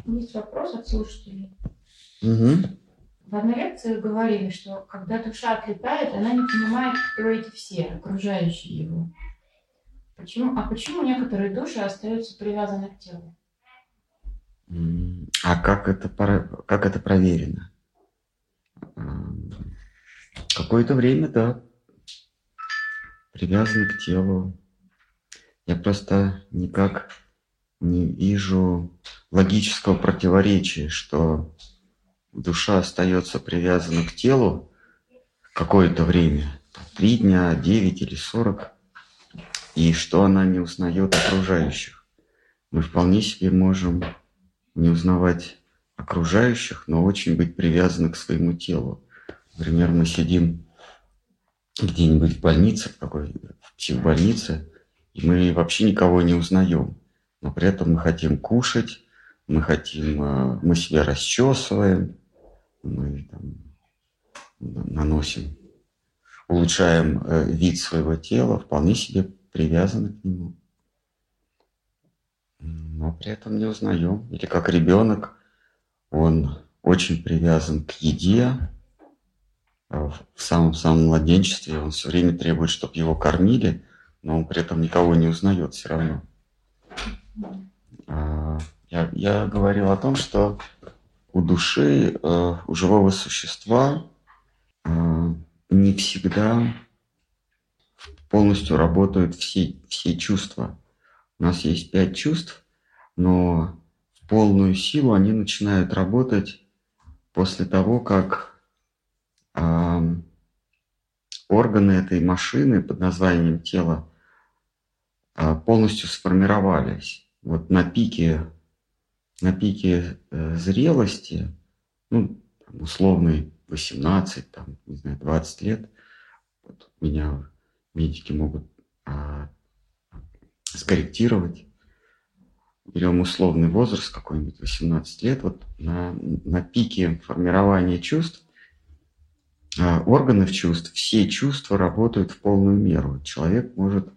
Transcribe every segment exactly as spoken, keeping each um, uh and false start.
Есть вопрос от слушателей. Угу. В одной лекции вы говорили, что когда душа отлетает, она не понимает, кто эти все, окружающие его. Почему? А почему некоторые души остаются привязаны к телу? А как это, пора- как это проверено? М, Какое-то время, да, привязаны к телу. Я просто никак не вижу логического противоречия, что душа остается привязана к телу какое-то время, три дня, девять или сорок, и что она не узнает окружающих. Мы вполне себе можем не узнавать окружающих, но очень быть привязаны к своему телу. Например, мы сидим где-нибудь в больнице, в какой в психбольнице, и мы вообще никого не узнаем. Но при этом мы хотим кушать, мы хотим, э, мы себя расчесываем, мы там наносим, улучшаем э, вид своего тела, вполне себе привязаны к нему. Но при этом не узнаем. Или как ребенок, он очень привязан к еде, а в самом-самом младенчестве он все время требует, чтобы его кормили, но он при этом никого не узнает все равно. А, Я, я говорил о том, что у души, э, у живого существа э, не всегда полностью работают все, все чувства. У нас есть пять чувств, но в полную силу они начинают работать после того, как а, органы этой машины под названием тело а, полностью сформировались. Вот на пике, на пике э, зрелости, ну, там, условный восемнадцать, там, не знаю, двадцать лет, вот меня медики могут а, скорректировать. Берем условный возраст какой-нибудь, восемнадцать лет, вот на, на пике формирования чувств, а, органов чувств, все чувства работают в полную меру. Человек может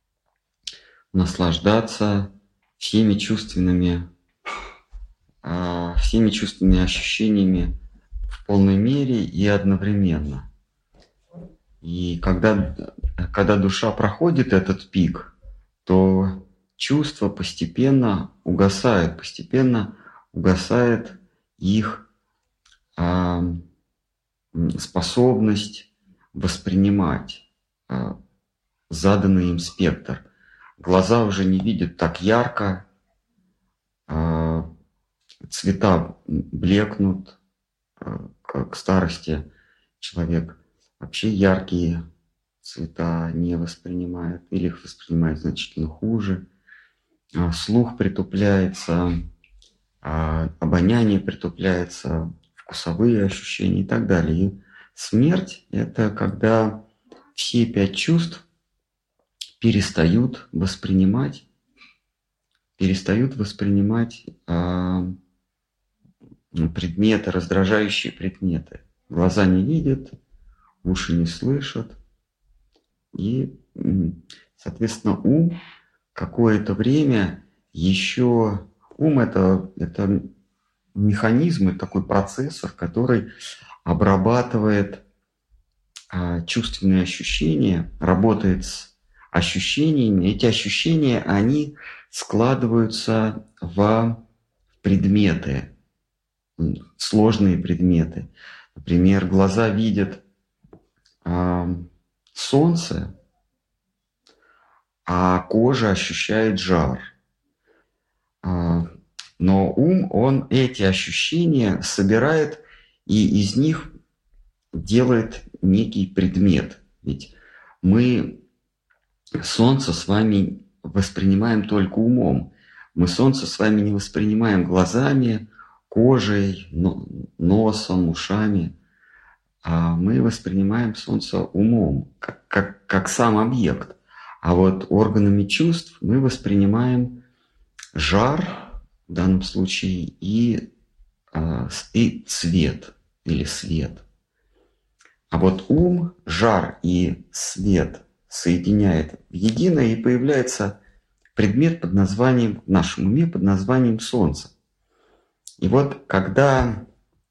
наслаждаться всеми чувственными, а, всеми чувственными ощущениями в полной мере и одновременно. И когда, когда душа проходит этот пик, то чувства постепенно угасают, постепенно угасает их а, способность воспринимать а, заданный им спектр. Глаза уже не видят так ярко, а, цвета блекнут, а, к старости человек вообще яркие цвета не воспринимает или их воспринимает значительно хуже. А, слух притупляется, а, обоняние притупляется, вкусовые ощущения и так далее. И смерть – это когда все пять чувств перестают воспринимать, перестают воспринимать а, предметы, раздражающие предметы. Глаза не видят, уши не слышат. И, соответственно, ум какое-то время еще... Ум это, это механизм, это такой процессор, который обрабатывает а, чувственные ощущения, работает с ощущениями. Эти ощущения, они складываются в предметы, сложные предметы. Например, глаза видят а, солнце, а кожа ощущает жар. А, но ум, он эти ощущения собирает и из них делает некий предмет. Ведь мы солнце с вами воспринимаем только умом. Мы солнце с вами не воспринимаем глазами, кожей, носом, ушами. А мы воспринимаем солнце умом, как, как, как сам объект. А вот органами чувств мы воспринимаем жар, в данном случае, и, и цвет или свет. А вот ум, жар и свет соединяет в единое, и появляется предмет под названием, в нашем уме под названием Солнце. И вот когда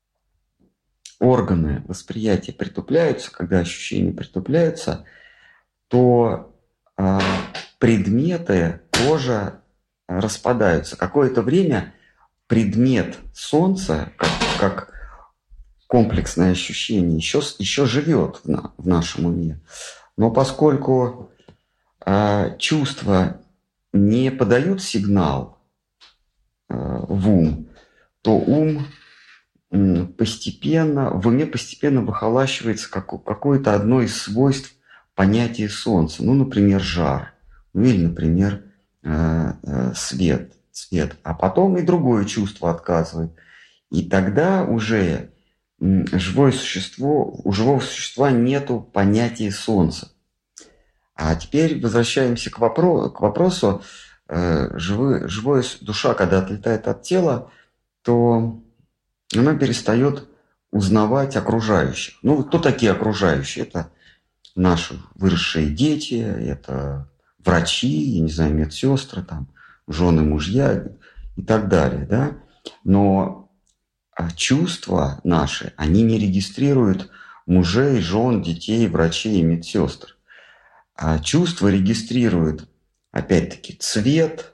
органы восприятия притупляются, когда ощущения притупляются, то э, предметы тоже распадаются. Какое-то время предмет Солнца, как, как комплексное ощущение, еще, еще живет в, на, в нашем уме. Но поскольку э, чувства не подают сигнал э, в ум, то ум постепенно, в уме постепенно выхолащивается как, какое-то одно из свойств понятия Солнца. Ну, например, жар. Ну, или, например, э, э, свет, цвет. А потом и другое чувство отказывает. И тогда уже живое существо, у живого существа нету понятия Солнца. А теперь возвращаемся к вопросу, к вопросу э, живое, живая душа, когда отлетает от тела, то она перестает узнавать окружающих. Ну, кто такие окружающие? Это наши выросшие дети, это врачи, я не знаю, медсестры, там, жены, мужья и так далее, да? Но чувства наши, они не регистрируют мужей, жен, детей, врачей и медсестр. А чувства регистрируют, опять-таки, цвет,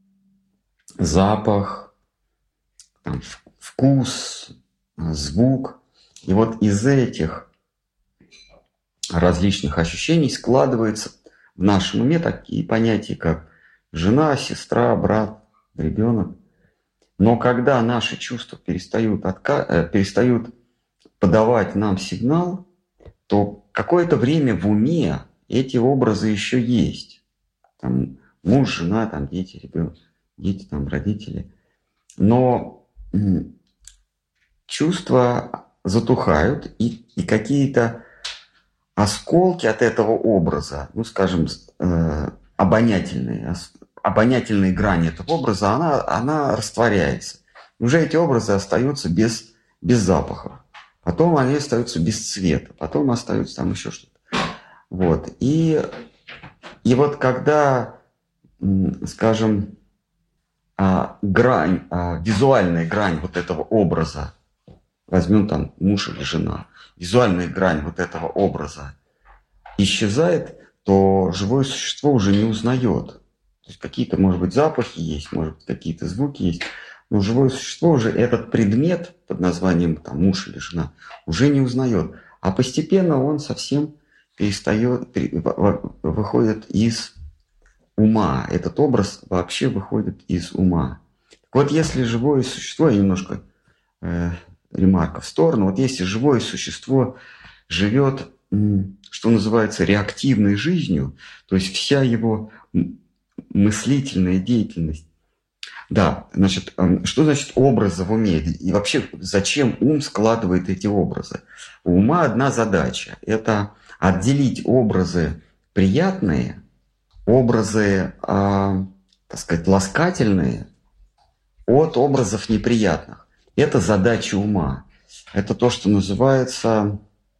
запах, там, вкус, звук. И вот из этих различных ощущений складываются в нашем уме такие понятия, как жена, сестра, брат, ребенок. Но когда наши чувства перестают, отка... перестают подавать нам сигнал, то какое-то время в уме эти образы еще есть. Там муж, жена, там дети, ребенок, дети, там родители. Но чувства затухают, и, и какие-то осколки от этого образа, ну, скажем, э, обонятельные, обонятельные грани этого образа, она, она растворяется. Уже эти образы остаются без, без запаха. Потом они остаются без цвета. Потом остаются там еще что-то. Вот. И, и вот когда, скажем, грань, визуальная грань вот этого образа, возьмем там муж или жена, визуальная грань вот этого образа исчезает, то живое существо уже не узнает. То есть какие-то, может быть, запахи есть, может быть, какие-то звуки есть, но живое существо уже этот предмет под названием там, муж или жена уже не узнает. А постепенно он совсем перестает, выходит из ума. Этот образ вообще выходит из ума. Так вот, если живое существо, я немножко э, ремарка в сторону, вот если живое существо живет, что называется, реактивной жизнью, то есть вся его мыслительная деятельность. Да, значит, что значит образы в уме? И вообще, зачем ум складывает эти образы? У ума одна задача – это отделить образы приятные, образы, э, так сказать, ласкательные от образов неприятных. Это задача ума. Это то, что называется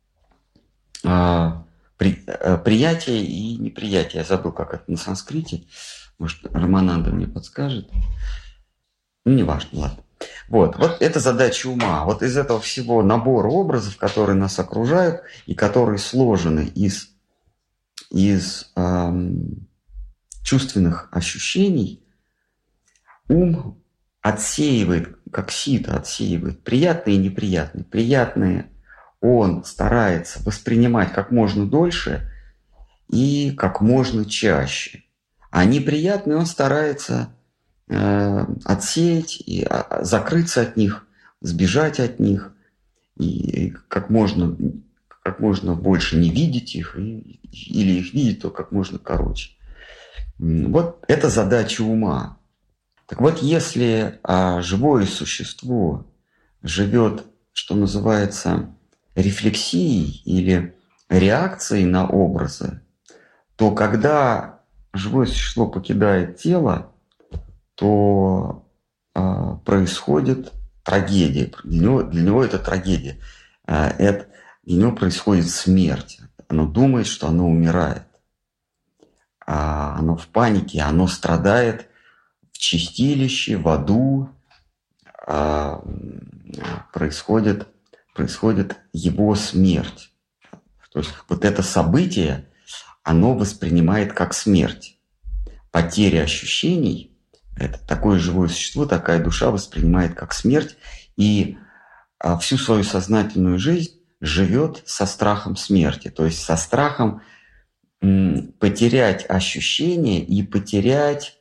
э, при, э, приятие и неприятие. Я забыл, как это на санскрите. Может, Рамананда мне подскажет. Ну, неважно, ладно. Вот, вот это задача ума. Вот из этого всего набора образов, которые нас окружают и которые сложены из, из эм, чувственных ощущений, ум отсеивает, как сито отсеивает, приятные и неприятные. Приятные он старается воспринимать как можно дольше и как можно чаще. А неприятные он старается э, отсеять, и, а, закрыться от них, сбежать от них, и, и как можно, как можно больше не видеть их, и, или их видеть, то как можно короче. Вот это задача ума. Так вот, если а, живое существо живет, что называется, рефлексией или реакцией на образы, то когда живое существо покидает тело, то а, происходит трагедия. Для него, для него это трагедия. А, это, для него происходит смерть. Оно думает, что оно умирает. А, оно в панике, оно страдает в чистилище, в аду, а, происходит, происходит его смерть. То есть вот это событие, оно воспринимает как смерть. Потеря ощущений – это такое живое существо, такая душа воспринимает как смерть, и всю свою сознательную жизнь живет со страхом смерти, то есть со страхом потерять ощущение и потерять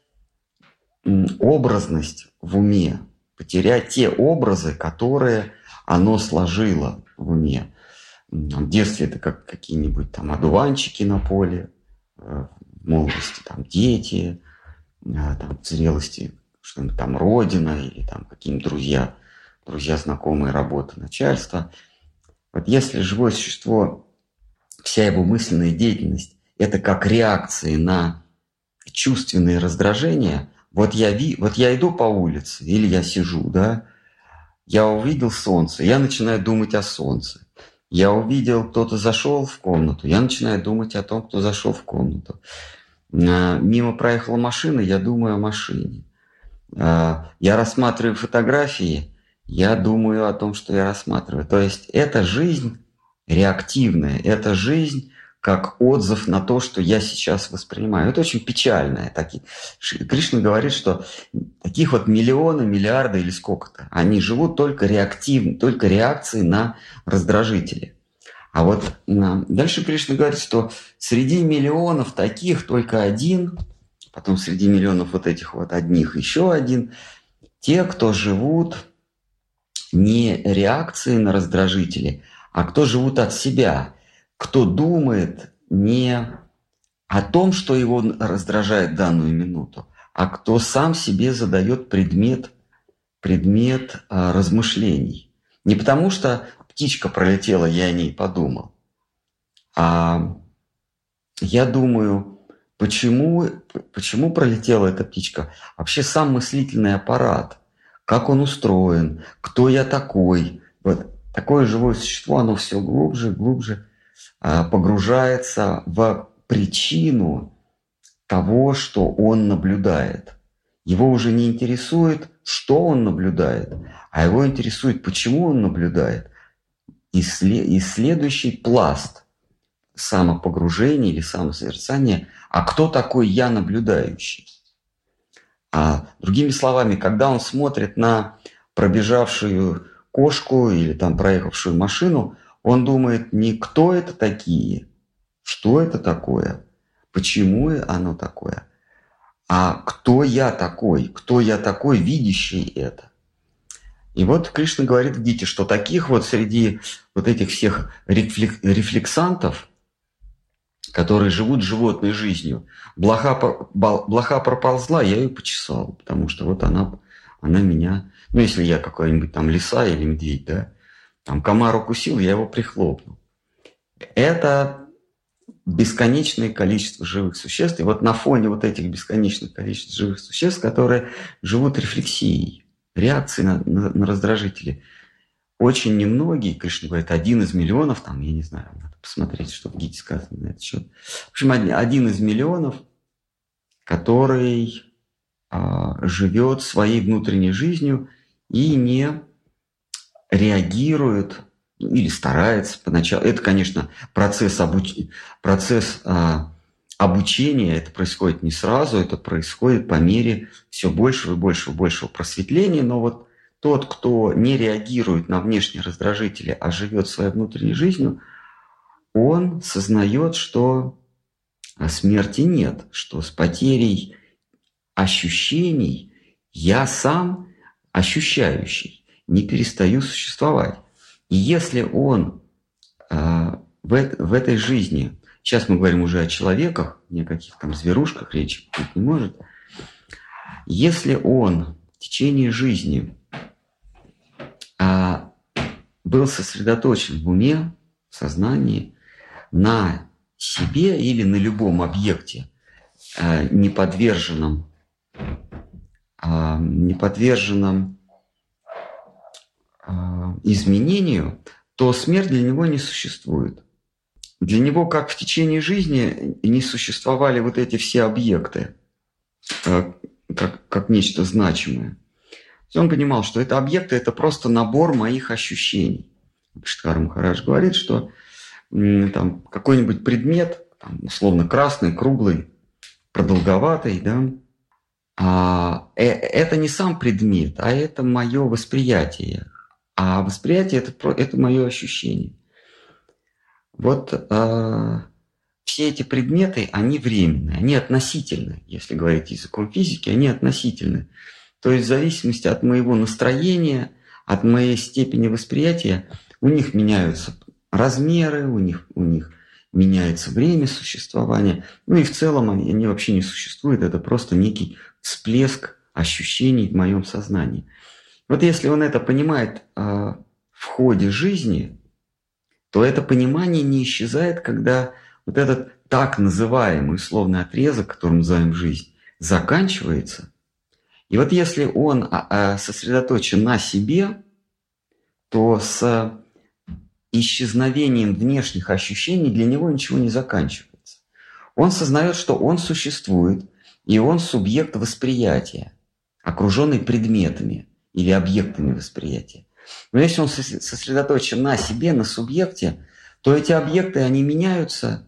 образность в уме, потерять те образы, которые оно сложило в уме. В детстве это как какие-нибудь там одуванчики на поле, в молодости там дети, там, в зрелости что-нибудь там родина или там какие-нибудь друзья, друзья, знакомые, работа, начальство. Вот если живое существо, вся его мысленная деятельность, это как реакции на чувственные раздражения, вот я, ви, вот я иду по улице или я сижу, да, я увидел солнце, я начинаю думать о солнце. Я увидел, кто-то зашел в комнату, я начинаю думать о том, кто зашел в комнату. Мимо проехала машина, я думаю о машине. Я рассматриваю фотографии, я думаю о том, что я рассматриваю. То есть это жизнь реактивная, это жизнь как отзыв на то, что я сейчас воспринимаю. Это очень печально. Кришна говорит, что таких вот миллионы, миллиарды или сколько-то, они живут только реактивно, только реакцией на раздражители. А вот дальше Кришна говорит, что среди миллионов таких только один, потом среди миллионов вот этих вот одних еще один, те, кто живут не реакцией на раздражители, а кто живут от себя, кто думает не о том, что его раздражает в данную минуту, а кто сам себе задает предмет, предмет а, размышлений. Не потому что птичка пролетела, я о ней подумал, а я думаю, почему, почему пролетела эта птичка? Вообще сам мыслительный аппарат, как он устроен, кто я такой. Вот такое живое существо, оно все глубже и глубже погружается в причину того, что он наблюдает. Его уже не интересует, что он наблюдает, а его интересует, почему он наблюдает. И, след... и следующий пласт самопогружения или самосозерцания, а кто такой я наблюдающий? А другими словами, когда он смотрит на пробежавшую кошку или там проехавшую машину, он думает не кто это такие, что это такое, почему оно такое, а кто я такой, кто я такой, видящий это. И вот Кришна говорит в Гите, что таких вот среди вот этих всех рефлексантов, которые живут животной жизнью, блоха, блоха проползла, я ее почесал, потому что вот она, она меня, ну если я какой-нибудь там лиса или медведь, да, там комар укусил, я его прихлопнул. Это бесконечное количество живых существ. И вот на фоне вот этих бесконечных количеств живых существ, которые живут рефлексией, реакцией на, на, на раздражители, очень немногие, Кришна говорит, один из миллионов, там, я не знаю, надо посмотреть, что в Гите сказано на этот счет. В общем, один, один из миллионов, который а, живет своей внутренней жизнью и не реагирует или старается поначалу. Это, конечно, процесс, обуч... процесс а, обучения, это происходит не сразу, это происходит по мере все большего и большего, большего просветления, но вот тот, кто не реагирует на внешние раздражители, а живет своей внутренней жизнью, он сознает, что смерти нет, что с потерей ощущений я сам ощущающий не перестаю существовать. И если он э, в, в этой жизни, сейчас мы говорим уже о человеках, ни о каких там зверушках речи быть не может, если он в течение жизни э, был сосредоточен в уме, в сознании, на себе или на любом объекте, э, не подверженном, э, не подверженном изменению, то смерть для него не существует. Для него, как в течение жизни, не существовали вот эти все объекты, как, как нечто значимое, есть он понимал, что это объекты, это просто набор моих ощущений. Иштхар Махарадж говорит, что там какой-нибудь предмет, там, условно красный, круглый, продолговатый, да, а, э, это не сам предмет, а это мое восприятие. А восприятие это, это мое ощущение. Вот а, все эти предметы, они временные, они относительны, если говорить языком физики, они относительны. То есть в зависимости от моего настроения, от моей степени восприятия, у них меняются размеры, у них, у них меняется время существования. Ну и в целом они, они вообще не существуют, это просто некий всплеск ощущений в моем сознании. Вот если он это понимает э, в ходе жизни, то это понимание не исчезает, когда вот этот так называемый условный отрезок, который мы называем жизнь, заканчивается. И вот если он э, сосредоточен на себе, то с исчезновением внешних ощущений для него ничего не заканчивается. Он сознает, что он существует, и он субъект восприятия, окруженный предметами или объектами восприятия. Но если он сосредоточен на себе, на субъекте, то эти объекты, они меняются,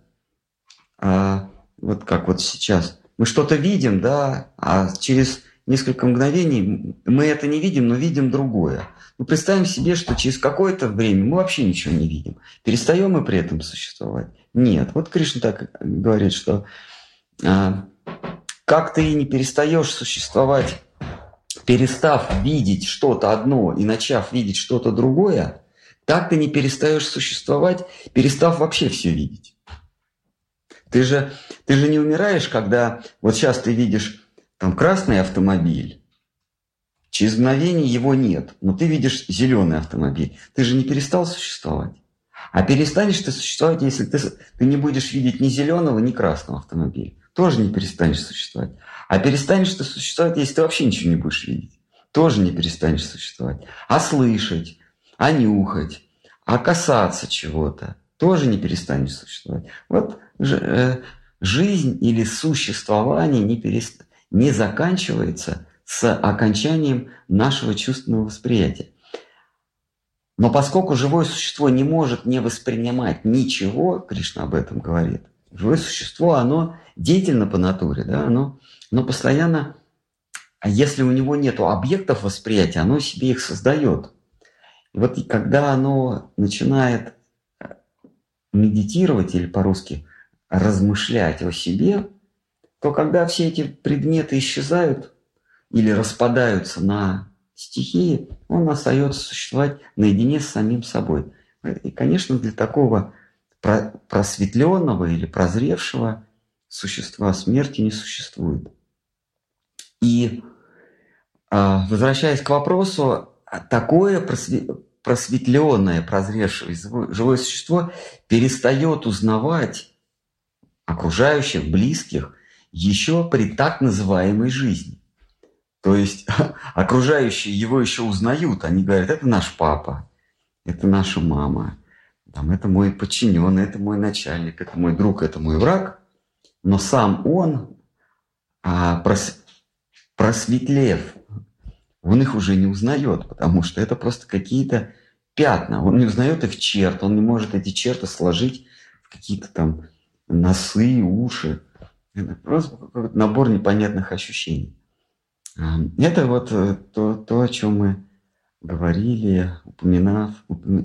а, вот как вот сейчас. Мы что-то видим, да, а через несколько мгновений мы это не видим, но видим другое. Мы представим себе, что через какое-то время мы вообще ничего не видим. Перестаем мы при этом существовать? Нет. Вот Кришна так говорит, что а, как ты не перестаешь существовать, перестав видеть что-то одно и начав видеть что-то другое, так ты не перестаешь существовать, перестав вообще все видеть. Ты же, ты же не умираешь, когда вот сейчас ты видишь там красный автомобиль, через мгновение его нет, но ты видишь зеленый автомобиль. Ты же не перестал существовать. А перестанешь ты существовать, если ты, ты не будешь видеть ни зеленого, ни красного автомобиля. Тоже не перестанешь существовать. А перестанешь ты существовать, если ты вообще ничего не будешь видеть. Тоже не перестанешь существовать. А слышать, а нюхать, а касаться чего-то. Тоже не перестанешь существовать. Вот э, жизнь или существование не, перест... не заканчивается с окончанием нашего чувственного восприятия. Но поскольку живое существо не может не воспринимать ничего, Кришна об этом говорит, живое существо, оно деятельно по натуре, да, оно, оно постоянно, а если у него нет объектов восприятия, оно себе их создает. И вот когда оно начинает медитировать, или по-русски размышлять о себе, то когда все эти предметы исчезают или распадаются на стихии, он остается существовать наедине с самим собой. И, конечно, для такого просветленного или прозревшего существа смерти не существует. И, возвращаясь к вопросу, такое просветленное, прозревшее живое существо перестает узнавать окружающих, близких еще при так называемой жизни. То есть окружающие его еще узнают, они говорят, это наш папа, это наша мама, там, это мой подчиненный, это мой начальник, это мой друг, это мой враг. Но сам он, а, прос, просветлев, он их уже не узнает, потому что это просто какие-то пятна. Он не узнает их черт, он не может эти черты сложить в какие-то там носы, уши. Это просто какой-то набор непонятных ощущений. Это вот то, то, о чем мы говорили, упоминав,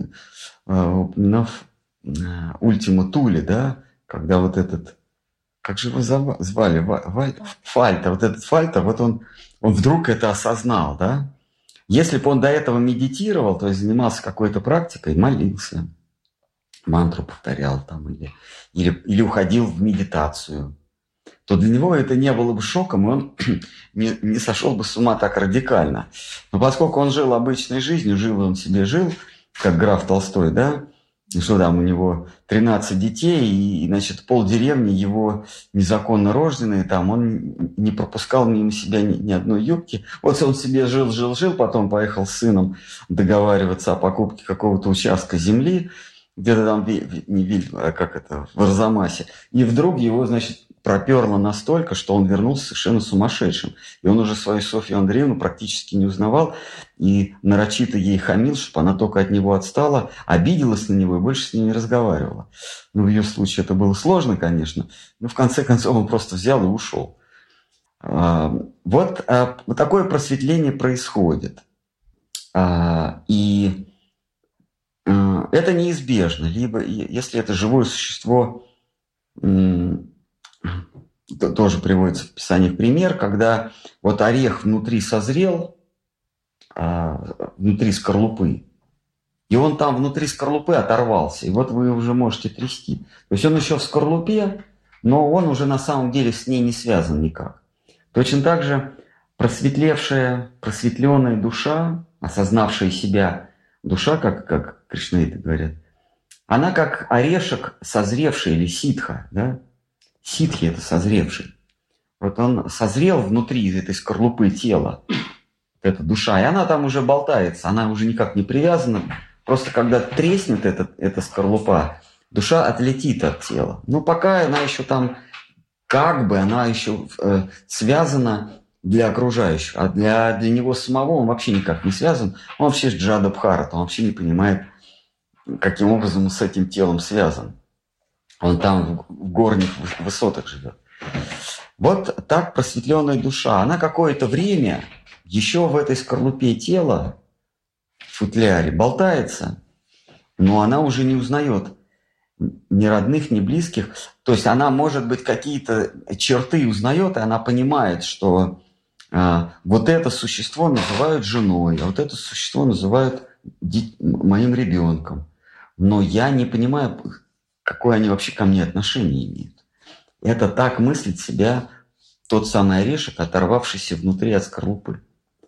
упоминав Ультима Тули, да, когда вот этот, как же его звали, Фальта, вот этот Фальта, вот он, он вдруг это осознал, да. Если бы он до этого медитировал, то есть занимался какой-то практикой, молился, мантру повторял там, или, или, или уходил в медитацию, то для него это не было бы шоком, и он не, не сошел бы с ума так радикально. Но поскольку он жил обычной жизнью, жил он себе жил, как граф Толстой, да, и что там у него тринадцать детей, и, значит, полдеревни его незаконно рожденные, там он не пропускал мимо себя ни, ни одной юбки. Вот он себе жил, жил, жил, потом поехал с сыном договариваться о покупке какого-то участка земли, где-то там, не Виль, а как это, в Арзамасе. И вдруг его, значит, проперло настолько, что он вернулся совершенно сумасшедшим. И он уже свою Софью Андреевну практически не узнавал и нарочито ей хамил, чтобы она только от него отстала, обиделась на него и больше с ней не разговаривала. Ну, в ее случае это было сложно, конечно, но в конце концов он просто взял и ушел. Вот, вот такое просветление происходит. И это неизбежно. Либо, если это живое существо, тоже приводится в Писаниях пример, когда вот орех внутри созрел, внутри скорлупы, и он там внутри скорлупы оторвался, и вот вы уже можете трясти. То есть он еще в скорлупе, но он уже на самом деле с ней не связан никак. Точно так же просветлевшая, просветленная душа, осознавшая себя душа, как, как кришнаиты говорят, она как орешек созревший или ситха, да? Ситхи – это созревший. Вот он созрел внутри этой скорлупы тела, эта душа, и она там уже болтается, она уже никак не привязана. Просто когда треснет эта, эта скорлупа, душа отлетит от тела. Но пока она еще там, как бы она еще э, связана для окружающих, а для, для него самого он вообще никак не связан. Он вообще с Джада Бхарата, он вообще не понимает, каким образом он с этим телом связан. Он там в горних высотах живет. Вот так просветленная душа, она какое-то время еще в этой скорлупе тела, в футляре, болтается, но она уже не узнает ни родных, ни близких. То есть она, может быть, какие-то черты узнает, и она понимает, что а, вот это существо называют женой, а вот это существо называют моим ребенком. Но я не понимаю, какое они вообще ко мне отношение имеют. Это так мыслит себя тот самый орешек, оторвавшийся внутри от скорлупы.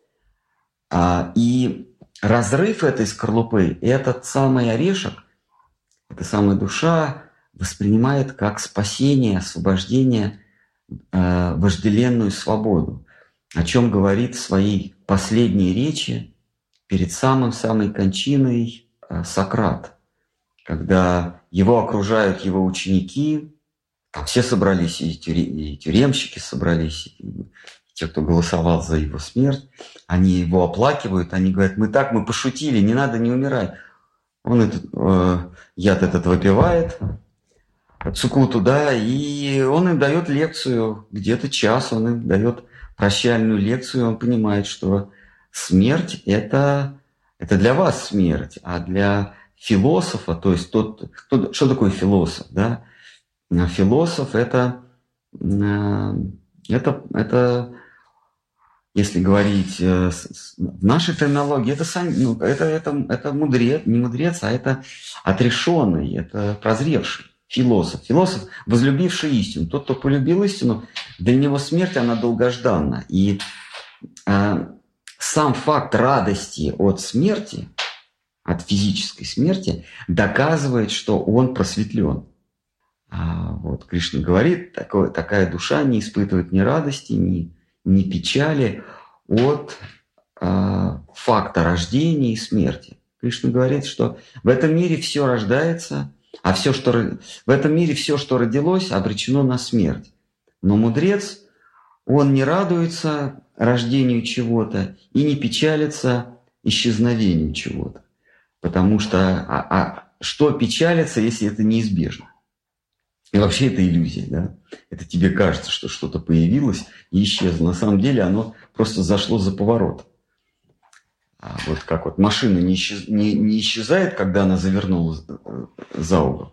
А, и разрыв этой скорлупы, этот самый орешек, эта самая душа воспринимает как спасение, освобождение, э, вожделенную свободу, о чем говорит в своей последней речи перед самым-самой кончиной э, Сократ, когда его окружают его ученики, там все собрались, и, тюре, и тюремщики собрались, и те, кто голосовал за его смерть, они его оплакивают, они говорят: мы так, мы пошутили, не надо, не умирай. Он этот, э, яд этот выпивает, цукуту, да, и он им дает лекцию, где-то час, он им дает прощальную лекцию, он понимает, что смерть это, это для вас смерть, а для философа, то есть тот, тот что такое философ, да? Философ это, это, это, если говорить в нашей терминологии, это, ну, это, это, это мудрец, не мудрец, а это отрешенный, это прозревший философ. Философ, возлюбивший истину. Тот, кто полюбил истину, для него смерть, она долгожданна. И э, сам факт радости от смерти, от физической смерти, доказывает, что он просветлен. А вот Кришна говорит, такое, такая душа не испытывает ни радости, ни, ни печали от э, факта рождения и смерти. Кришна говорит, что в этом мире все рождается, а все, что в этом мире все, что родилось, обречено на смерть. Но мудрец, он не радуется рождению чего-то и не печалится исчезновению чего-то. Потому что а, а что печалится, если это неизбежно? И вообще это иллюзия, да? Это тебе кажется, что что-то появилось и исчезло. На самом деле оно просто зашло за поворот. А вот как вот машина не, исчез... не, не исчезает, когда она завернула за угол.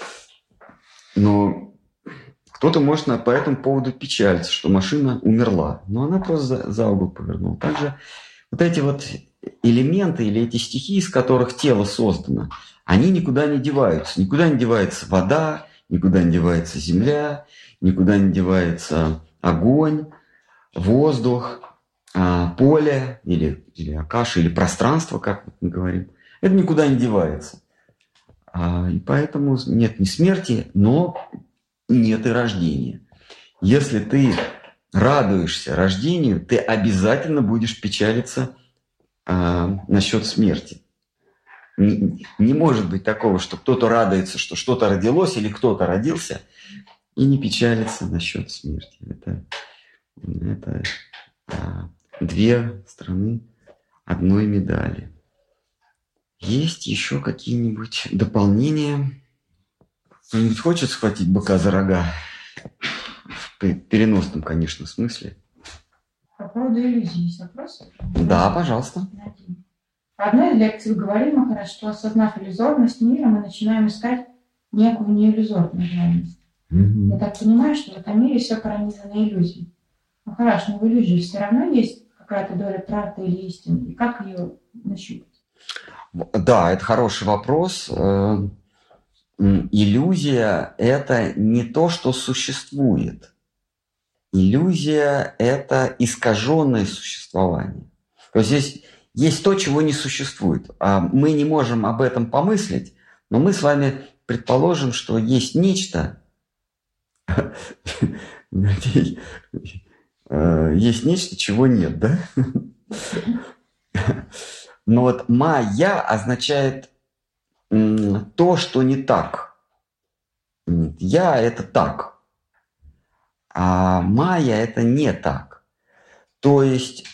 Но кто-то может по этому поводу печалиться, что машина умерла. Но она просто за, за угол повернула. Также вот эти вот элементы или эти стихии, из которых тело создано, они никуда не деваются. Никуда не девается вода, никуда не девается земля, никуда не девается огонь, воздух, поле или, или акаша, или пространство, как мы говорим. Это никуда не девается. И поэтому нет ни смерти, но нет и рождения. Если ты радуешься рождению, ты обязательно будешь печалиться а, насчет смерти. Не, не может быть такого, что кто-то радуется, что что-то родилось или кто-то родился, и не печалиться насчет смерти. Это, это а, две стороны одной медали. Есть еще какие-нибудь дополнения? Кто-нибудь хочет схватить быка за рога? В переносном, конечно, смысле. По поводу иллюзий есть вопросы? Да, пожалуйста. В одной из лекций вы говорили, Махарадж, что, осознав иллюзорность мира, мы начинаем искать некую неиллюзорную реальность. Mm-hmm. Я так понимаю, что в этом мире все пронизано иллюзией. Махарадж, но в иллюзии все равно есть какая-то доля правды или истины, и как ее нащупать? Да, это хороший вопрос. Иллюзия – это не то, что существует. Иллюзия – это искаженное существование. То есть здесь есть то, чего не существует. Мы не можем об этом помыслить, но мы с вами предположим, что есть нечто, есть нечто, чего нет, да? Но вот майя означает то, что не так. Я – это так. А майя – это не так. То есть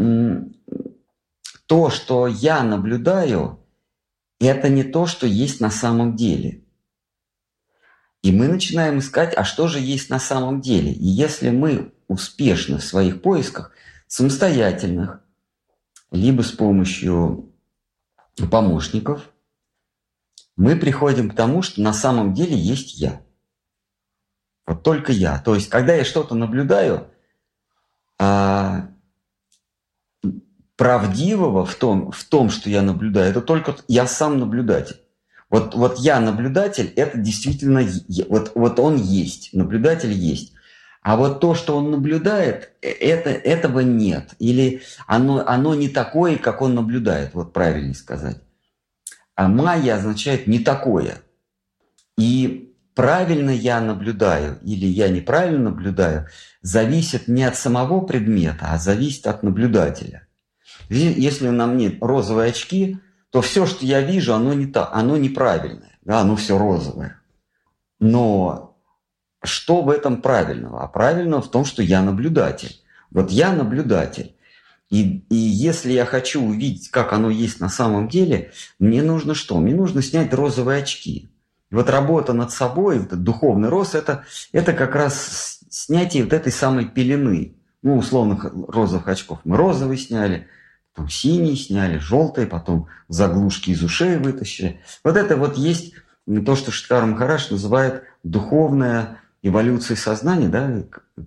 то, что я наблюдаю, это не то, что есть на самом деле. И мы начинаем искать, а что же есть на самом деле. И если мы успешны в своих поисках, самостоятельных, либо с помощью помощников, мы приходим к тому, что на самом деле есть я. Вот только я. То есть, когда я что-то наблюдаю, а, правдивого в том, в том, что я наблюдаю, это только я сам наблюдатель. Вот, вот я наблюдатель, это действительно, вот, вот он есть, наблюдатель есть. А вот то, что он наблюдает, это, этого нет. Или оно, оно не такое, как он наблюдает, вот правильнее сказать. А майя означает не такое. И правильно я наблюдаю или я неправильно наблюдаю, зависит не от самого предмета, а зависит от наблюдателя. Если на мне розовые очки, то все, что я вижу, оно, не та, оно неправильное. Да, оно все розовое. Но что в этом правильного? А правильного в том, что я наблюдатель. Вот я наблюдатель. И, и если я хочу увидеть, как оно есть на самом деле, мне нужно что? Мне нужно снять розовые очки. И вот работа над собой, вот этот духовный рост, это, это как раз снятие вот этой самой пелены. Ну, условных розовых очков. Мы розовые сняли, потом синие сняли, желтые, потом заглушки из ушей вытащили. Вот это вот есть то, что Шридхар Махарадж называет духовная эволюция сознания, да,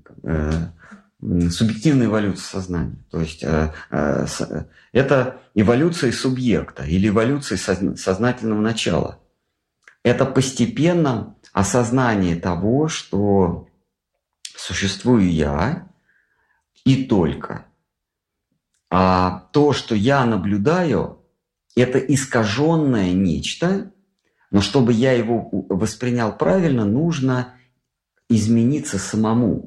субъективная эволюция сознания. То есть это эволюция субъекта или эволюция сознательного начала. Это постепенно осознание того, что существую я и только. А то, что я наблюдаю, это искаженное нечто, но чтобы я его воспринял правильно, нужно измениться самому.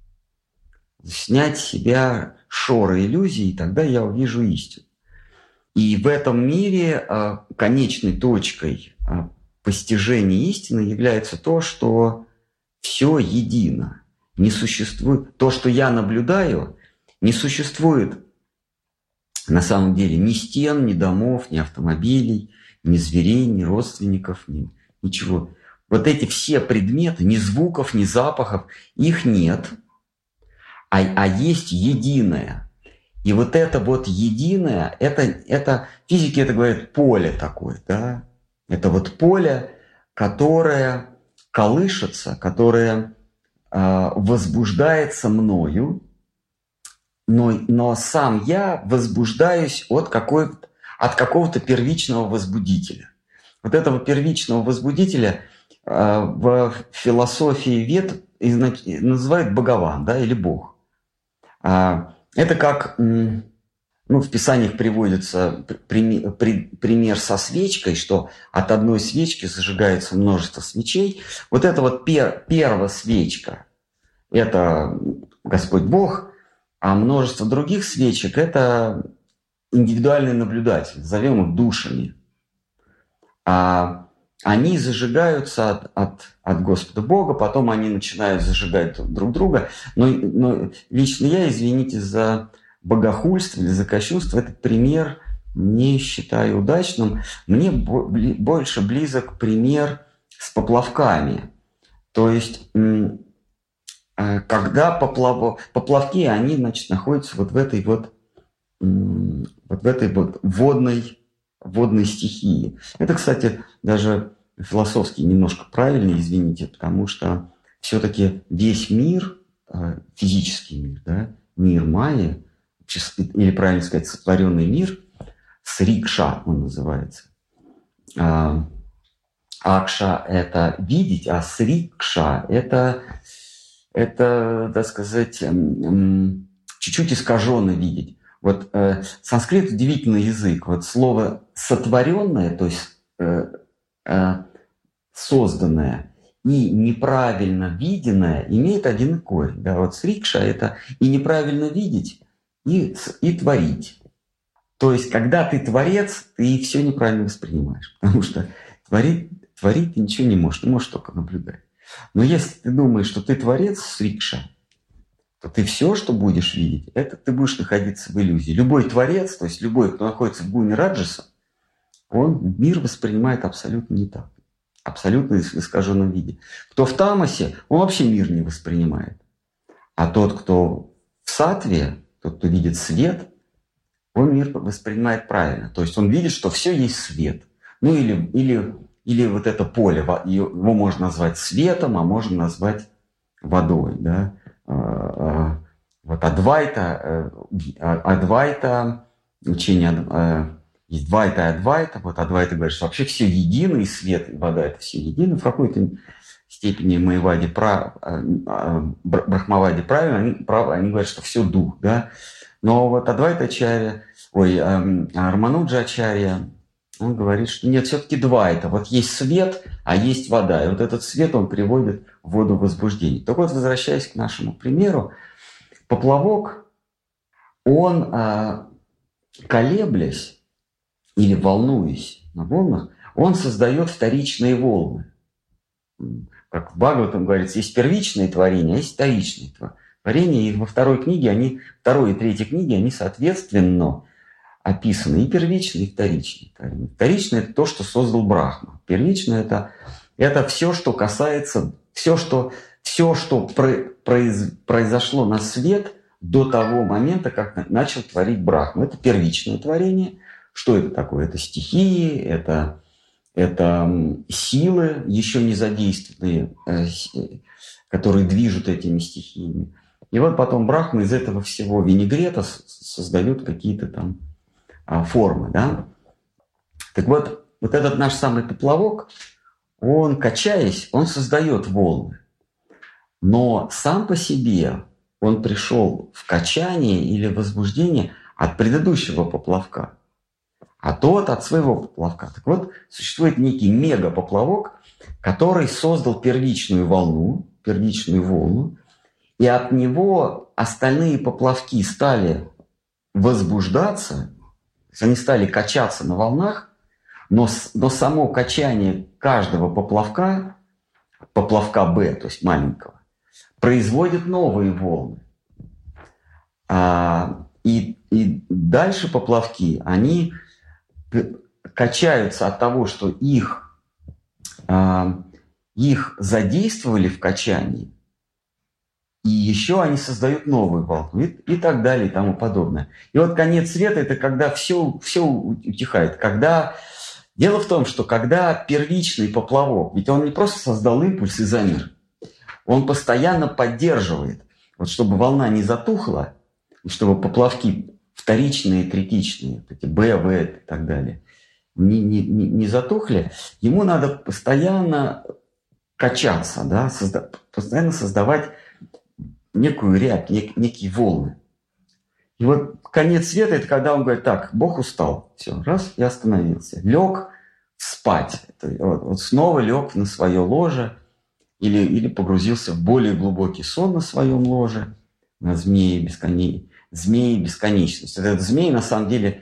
Снять с себя шоры иллюзий, и тогда я увижу истину. И в этом мире конечной точкой постижения истины является то, что все едино. Не существует. То, что я наблюдаю, не существует на самом деле ни стен, ни домов, ни автомобилей, ни зверей, ни родственников, ни ничего. Вот эти все предметы, ни звуков, ни запахов, их нет, а, а есть единое. И вот это вот единое, это, это физики это говорят поле такое, да? Это вот поле, которое колышется, которое э, возбуждается мною, но, но сам я возбуждаюсь от, какой, от какого-то первичного возбудителя. Вот этого первичного возбудителя э, в философии вед называют Бхагаван, да, или Бог. А, это как, ну, в Писаниях приводится при, при, пример со свечкой, что от одной свечки зажигается множество свечей. Вот это вот пер, первая свечка, это Господь Бог, а множество других свечек – это индивидуальный наблюдатель, назовем их душами. А они зажигаются от, от, от Господа Бога, потом они начинают зажигать друг друга. Но, но лично я, извините за богохульство или за кощунство, этот пример не считаю удачным. Мне больше близок пример с поплавками. То есть, когда поплав... поплавки, они, значит, находятся вот в этой вот, вот, в этой вот водной, водной стихии. Это, кстати, даже философски немножко правильно, извините, потому что все-таки весь мир, физический мир, да, мир Майя, или, правильно сказать, сотворенный мир, срикша он называется. Акша – это видеть, а срикша – это, это, так сказать, чуть-чуть искаженно видеть. Вот э, санскрит – удивительный язык. Вот слово «сотворенное», то есть э, э, «созданное», и «неправильно виденное» имеет один корень. Да? Вот срикша – это и неправильно видеть, и, и творить. То есть, когда ты творец, ты все неправильно воспринимаешь, потому что творить, творить ты ничего не можешь, ты можешь только наблюдать. Но если ты думаешь, что ты творец срикша, то ты все, что будешь видеть, это ты будешь находиться в иллюзии. Любой творец, то есть любой, кто находится в гуне раджаса, он мир воспринимает абсолютно не так. Абсолютно в искаженном виде. Кто в тамасе, он вообще мир не воспринимает. А тот, кто в саттве, тот, кто видит свет, он мир воспринимает правильно. То есть он видит, что все есть свет. Ну или, или, или вот это поле, его можно назвать светом, а можно назвать водой. Да? Вот Адвайта, Адвайта, учение есть Двайта и Адвайта. Вот Адвайта говорит, что вообще все едино, и свет, и вода – это все едино. В какой-то степени Майявади, Брахмавади правильно, они, правы, они говорят, что все дух. Да? Но вот Адвайта Ачарья, ой, Рамануджа Ачарья, он говорит, что нет, все-таки Двайта. Вот есть свет, а есть вода. И вот этот свет, он приводит в воду возбуждения. Так вот, возвращаясь к нашему примеру, поплавок, он, колеблясь или волнуясь на волнах, он создает вторичные волны. Как в Бхагаватам говорится, есть первичные творения, а есть вторичные творения. И во второй книге, они, второй и третьей книге, они соответственно описаны и первичные, и вторичные творения. Вторичное – это то, что создал Брахма. Первичное – это, это все, что касается, все, что, все, что произ, произошло на свет до того момента, как начал творить Брахма. Это первичное творение. Что это такое? Это стихии, это, это силы, еще не задействованные, которые движут этими стихиями. И вот потом Брахма из этого всего винегрета создает какие-то там формы. Да? Так вот, вот этот наш самый поплавок, он, качаясь, он создает волны. Но сам по себе он пришел в качание или возбуждение от предыдущего поплавка, а тот от своего поплавка. Так вот, существует некий мегапоплавок, который создал первичную волну, первичную волну, и от него остальные поплавки стали возбуждаться, они стали качаться на волнах, но, но само качание каждого поплавка, поплавка Б, то есть маленького, производит новые волны. А, и, и дальше поплавки, они качаются от того, что их, а, их задействовали в качании, и еще они создают новую волну, и, и так далее, и тому подобное. И вот конец света – это когда все, все утихает. Когда... Дело в том, что когда первичный поплавок, ведь он не просто создал импульс и замер, он постоянно поддерживает, вот чтобы волна не затухла, и чтобы поплавки вторичные, третичные, эти Б, В и так далее, не, не, не затухли, ему надо постоянно качаться, да, созда, постоянно создавать некую рябь, нек, некие волны. И вот конец света – это когда он говорит, так, Бог устал, все, раз, и остановился. Лег спать, это, вот, вот снова лег на свое ложе или, или погрузился в более глубокий сон на своем ложе, на змеи бесконечности. Змеи бесконечности. Этот змей, на самом деле,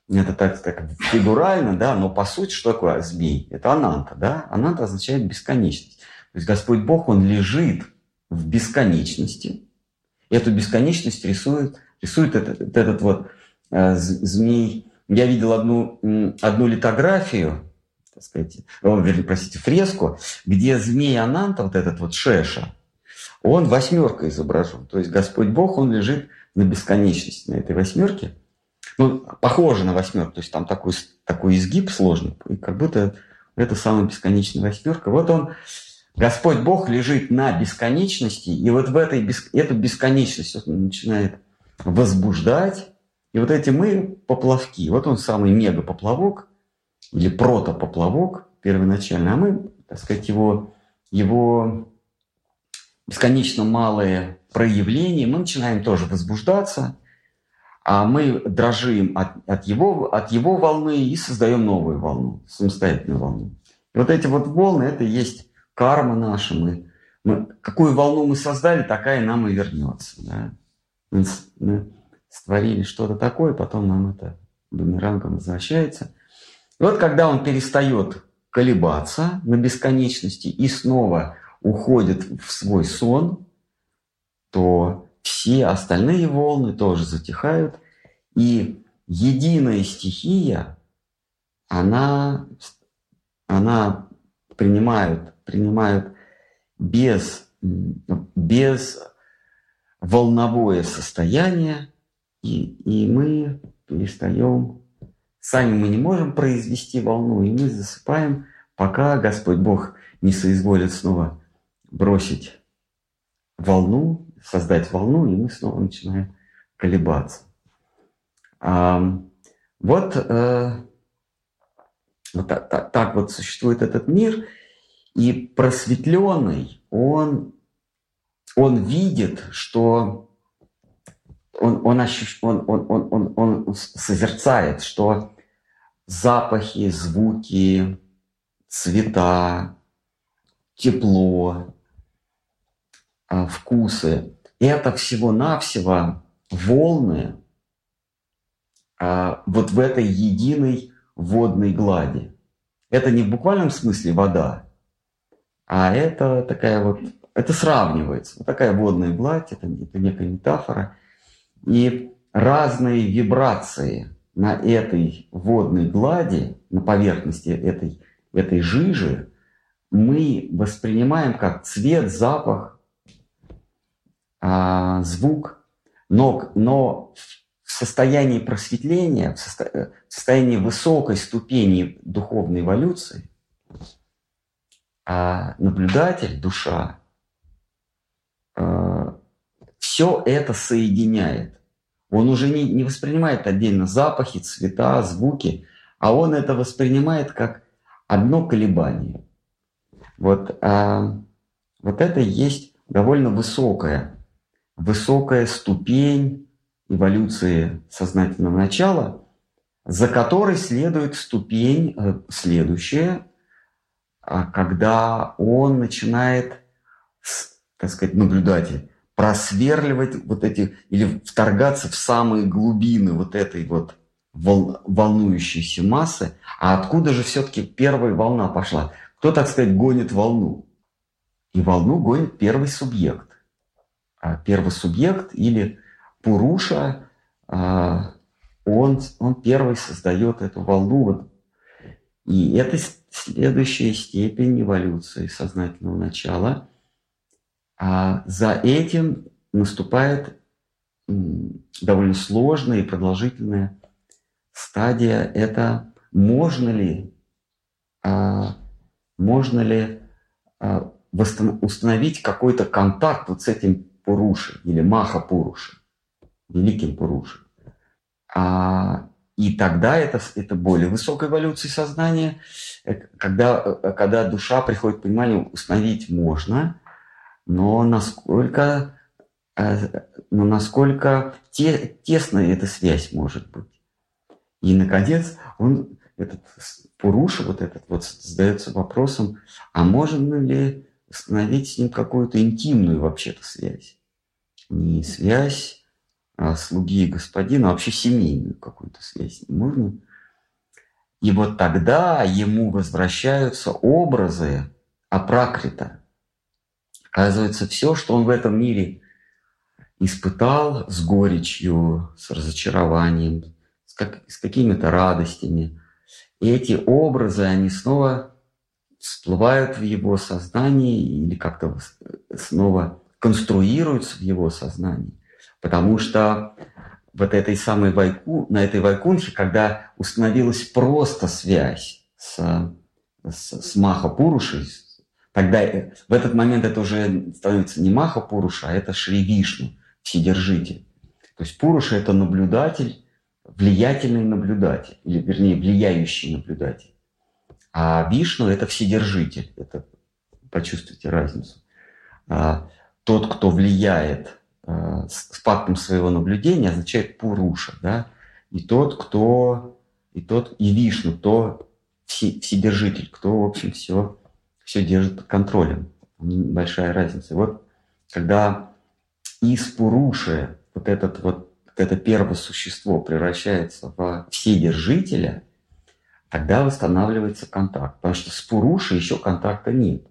это так, так фигурально, да, но по сути, что такое змей? Это ананта, да? Ананта означает бесконечность. То есть Господь Бог, Он лежит в бесконечности. Эту бесконечность рисует, рисует этот, этот вот э, змей. Я видел одну, одну литографию, так сказать, о, вернее, простите, фреску, где змей Ананта, вот этот вот Шеша, он восьмеркой изображен. То есть Господь Бог, Он лежит на бесконечности, на этой восьмерке. Ну, похоже на восьмерку, то есть там такой, такой изгиб сложный, и как будто это самая бесконечная восьмерка. Вот он, Господь Бог, лежит на бесконечности, и вот в этой, эту бесконечность он начинает возбуждать. И вот эти мы поплавки, вот он самый мега-поплавок, или протопоплавок первоначально, а мы, так сказать, его, его бесконечно малые проявления, мы начинаем тоже возбуждаться, а мы дрожим от, от, его, от его волны и создаем новую волну, самостоятельную волну. И вот эти вот волны, это и есть карма наша. Мы, мы, какую волну мы создали, такая нам и вернется. Да? Мы, мы створили что-то такое, потом нам это бумерангом возвращается. И вот когда он перестает колебаться на бесконечности и снова уходит в свой сон, то все остальные волны тоже затихают, и единая стихия, она, она принимает, принимает без, без волновое состояние, и, и мы перестаем, сами мы не можем произвести волну, и мы засыпаем, пока Господь Бог не соизволит снова бросить волну, создать волну, и мы снова начинаем колебаться. А, вот, э, вот так, так, так вот существует этот мир, и просветленный, он, он видит, что он, он, ощущ, он, он, он, он, он созерцает, что запахи, звуки, цвета, тепло, вкусы – это всего-навсего волны а, вот в этой единой водной глади. Это не в буквальном смысле вода, а это такая вот, это сравнивается. Вот такая водная гладь, это, это некая метафора. И разные вибрации на этой водной глади, на поверхности этой, этой жижи мы воспринимаем как цвет, запах, звук, но, но в состоянии просветления, в, состо, в состоянии высокой ступени духовной эволюции, наблюдатель, душа, все это соединяет. Он уже не, не воспринимает отдельно запахи, цвета, звуки, а он это воспринимает как одно колебание. Вот, а, вот это и есть довольно высокая высокая ступень эволюции сознательного начала, за которой следует ступень следующая, когда он начинает, так сказать, наблюдатель, просверливать вот эти, или вторгаться в самые глубины вот этой вот вол, волнующейся массы. А откуда же все-таки первая волна пошла? Кто, так сказать, гонит волну? И волну гонит первый субъект. Первый субъект или Пуруша, он, он первый создает эту волну. И это следующая степень эволюции сознательного начала. А за этим наступает довольно сложная и продолжительная стадия. Это можно ли, можно ли установить какой-то контакт вот с этим Пуруши или Маха Пуруши, великим Пуруши. А, и тогда это, это более высокая эволюция сознания, когда, когда душа приходит к пониманию, установить можно, но насколько, но насколько те, тесная эта связь может быть. И, наконец, он, этот Пуруша, вот этот вот задается вопросом, а можно ли установить с ним какую-то интимную вообще-то связь? Не связь слуги и господина, вообще семейную какую-то связь можно. И вот тогда ему возвращаются образы апракрита. Оказывается, все, что он в этом мире испытал с горечью, с разочарованием, с, как, с какими-то радостями, и эти образы, они снова всплывают в его сознании или как-то снова конструируются в его сознании. Потому что вот этой самой вайку, на этой вайкунхе, когда установилась просто связь с, с, с Маха-Пурушей, тогда в этот момент это уже становится не Маха-Пуруша, а это Шри Вишну, Вседержитель. То есть Пуруша – это наблюдатель, влиятельный наблюдатель, или вернее влияющий наблюдатель. А Вишну – это Вседержитель. Это, почувствуйте разницу. А, тот, кто влияет а, с, с фактом своего наблюдения, означает Пуруша. Да? И тот, кто… И тот, и Вишну, то все, Вседержитель, кто, в общем, все, все держит под контролем. Большая разница. Вот когда из Пуруши вот, этот, вот, вот это первое существо превращается в Вседержителя, тогда восстанавливается контакт. Потому что с Пурушей еще контакта нет.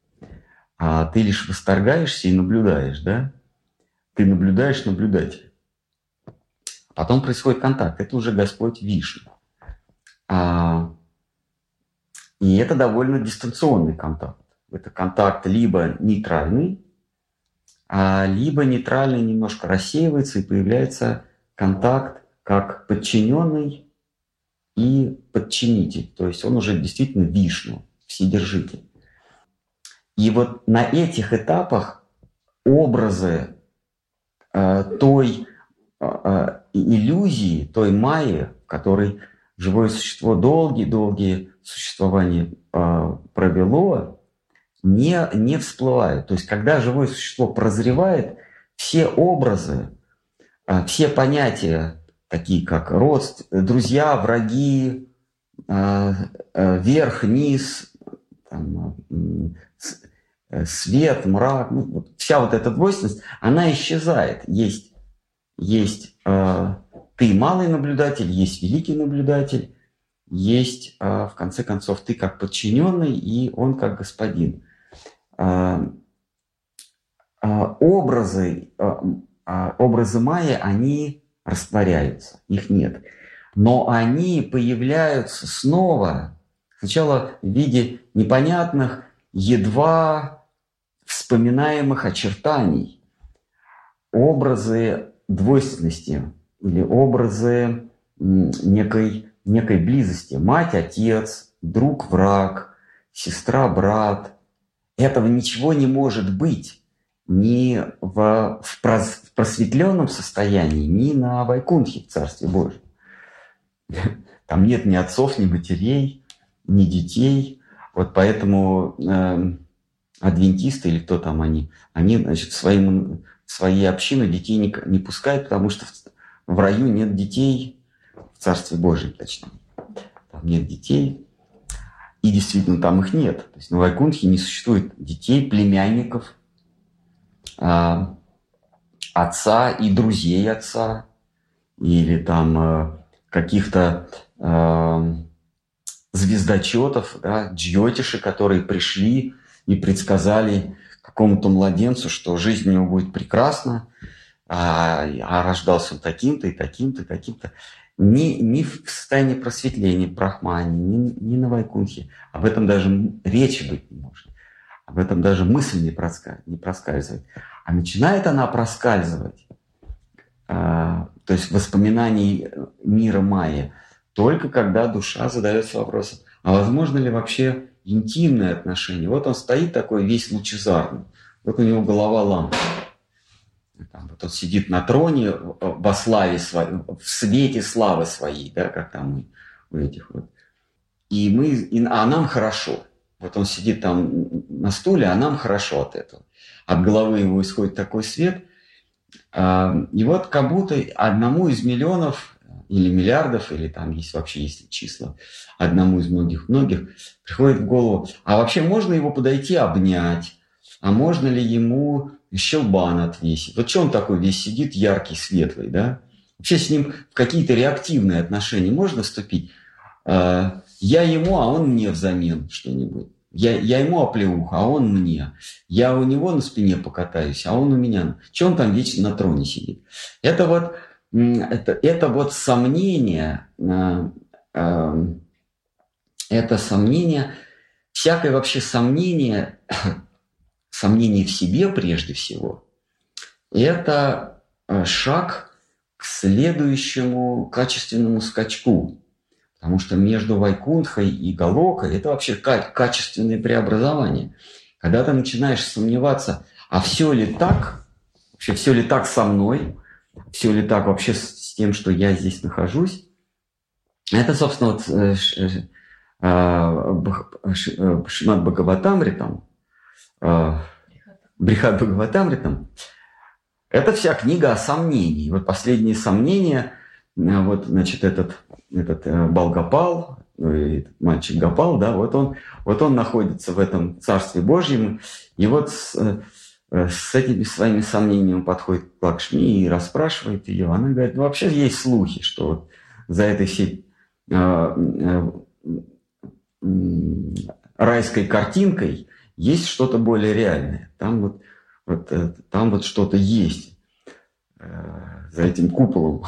А ты лишь восторгаешься и наблюдаешь, да? Ты наблюдаешь наблюдателя. Потом происходит контакт. Это уже Господь Вишну. А, и это довольно дистанционный контакт. Это контакт либо нейтральный, а либо нейтральный немножко рассеивается, и появляется контакт как подчиненный и подчинитель. То есть он уже действительно Вишну, Вседержитель. И вот на этих этапах образы э, той э, иллюзии, той майи, в которой живое существо долгие-долгие существования э, провело, не, не всплывают. То есть когда живое существо прозревает, все образы, э, все понятия, такие как рост, друзья, враги, э, э, верх, низ, там, э, свет, мрак, ну, вот, вся вот эта двойственность, она исчезает. Есть, есть э, ты малый наблюдатель, есть великий наблюдатель, есть, э, в конце концов, ты как подчиненный, и он как господин. Э, э, образы, э, э, образы майи, они растворяются, их нет. Но они появляются снова, сначала в виде непонятных, едва вспоминаемых очертаний, образы двойственности или образы некой, некой близости. Мать, отец, друг, враг, сестра, брат. Этого ничего не может быть ни в, в просветленном состоянии, ни на Вайкунхе, в Царстве Божьем. Там нет ни отцов, ни матерей, ни детей. Вот поэтому э, адвентисты или кто там они, они, значит, своим, свои общины детей не, не пускают, потому что в, в раю нет детей, в Царстве Божьем, точнее. Там нет детей. И действительно, там их нет. То есть на Вайкунхе не существует детей, племянников, э, отца и друзей отца, или там э, каких-то э, звездочетов, да, джьотиши, которые пришли и предсказали какому-то младенцу, что жизнь у него будет прекрасна, а, а рождался он таким-то и таким-то и таким-то. Ни, ни в состоянии просветления, брахмане, ни, ни на Вайкунхе. Об этом даже речи быть не может. Об этом даже мысль не, проска, не проскальзывает. А начинает она проскальзывать, а, то есть воспоминаний мира майя, только когда душа задается вопросом, а возможно ли вообще интимное отношение? Вот он стоит такой весь лучезарный, вот у него голова лампа. Там, вот он сидит на троне во славе своей, в свете славы своей, да, как там у этих вот. И мы, и, а нам хорошо. Вот он сидит там на стуле, а нам хорошо от этого. От головы его исходит такой свет. И вот как будто одному из миллионов или миллиардов, или там есть вообще есть числа, одному из многих-многих, приходит в голову, а вообще можно его подойти, обнять, а можно ли ему щелбан отвесить? Вот что он такой весь сидит, яркий, светлый, да? Вообще с ним в какие-то реактивные отношения можно вступить? Я ему, а он мне взамен что-нибудь. Я, я ему оплеух, а он мне. Я у него на спине покатаюсь, а он у меня. Че он там вечно на троне сидит? Это вот, это, это вот сомнение, это сомнение, всякое вообще сомнение, сомнение в себе прежде всего, это шаг к следующему качественному скачку. Потому что между Вайкунтхой и Галокой это вообще качественное преобразование. Когда ты начинаешь сомневаться, а все ли так, вообще все ли так со мной, все ли так вообще с тем, что я здесь нахожусь, это, собственно, вот Шримад Бхагаватамритам, Брихад Бхагаватамритам, это вся книга о сомнении. Вот последние сомнения, вот, значит, этот, этот Балгопал, этот мальчик Гопал, да, вот он, вот он находится в этом Царстве Божьем, и вот с, с этими своими сомнениями подходит к Лакшми и расспрашивает ее. Она говорит, ну, вообще есть слухи, что вот за этой всей э, э, райской картинкой есть что-то более реальное. Там вот, вот, там вот что-то есть э, за этим куполом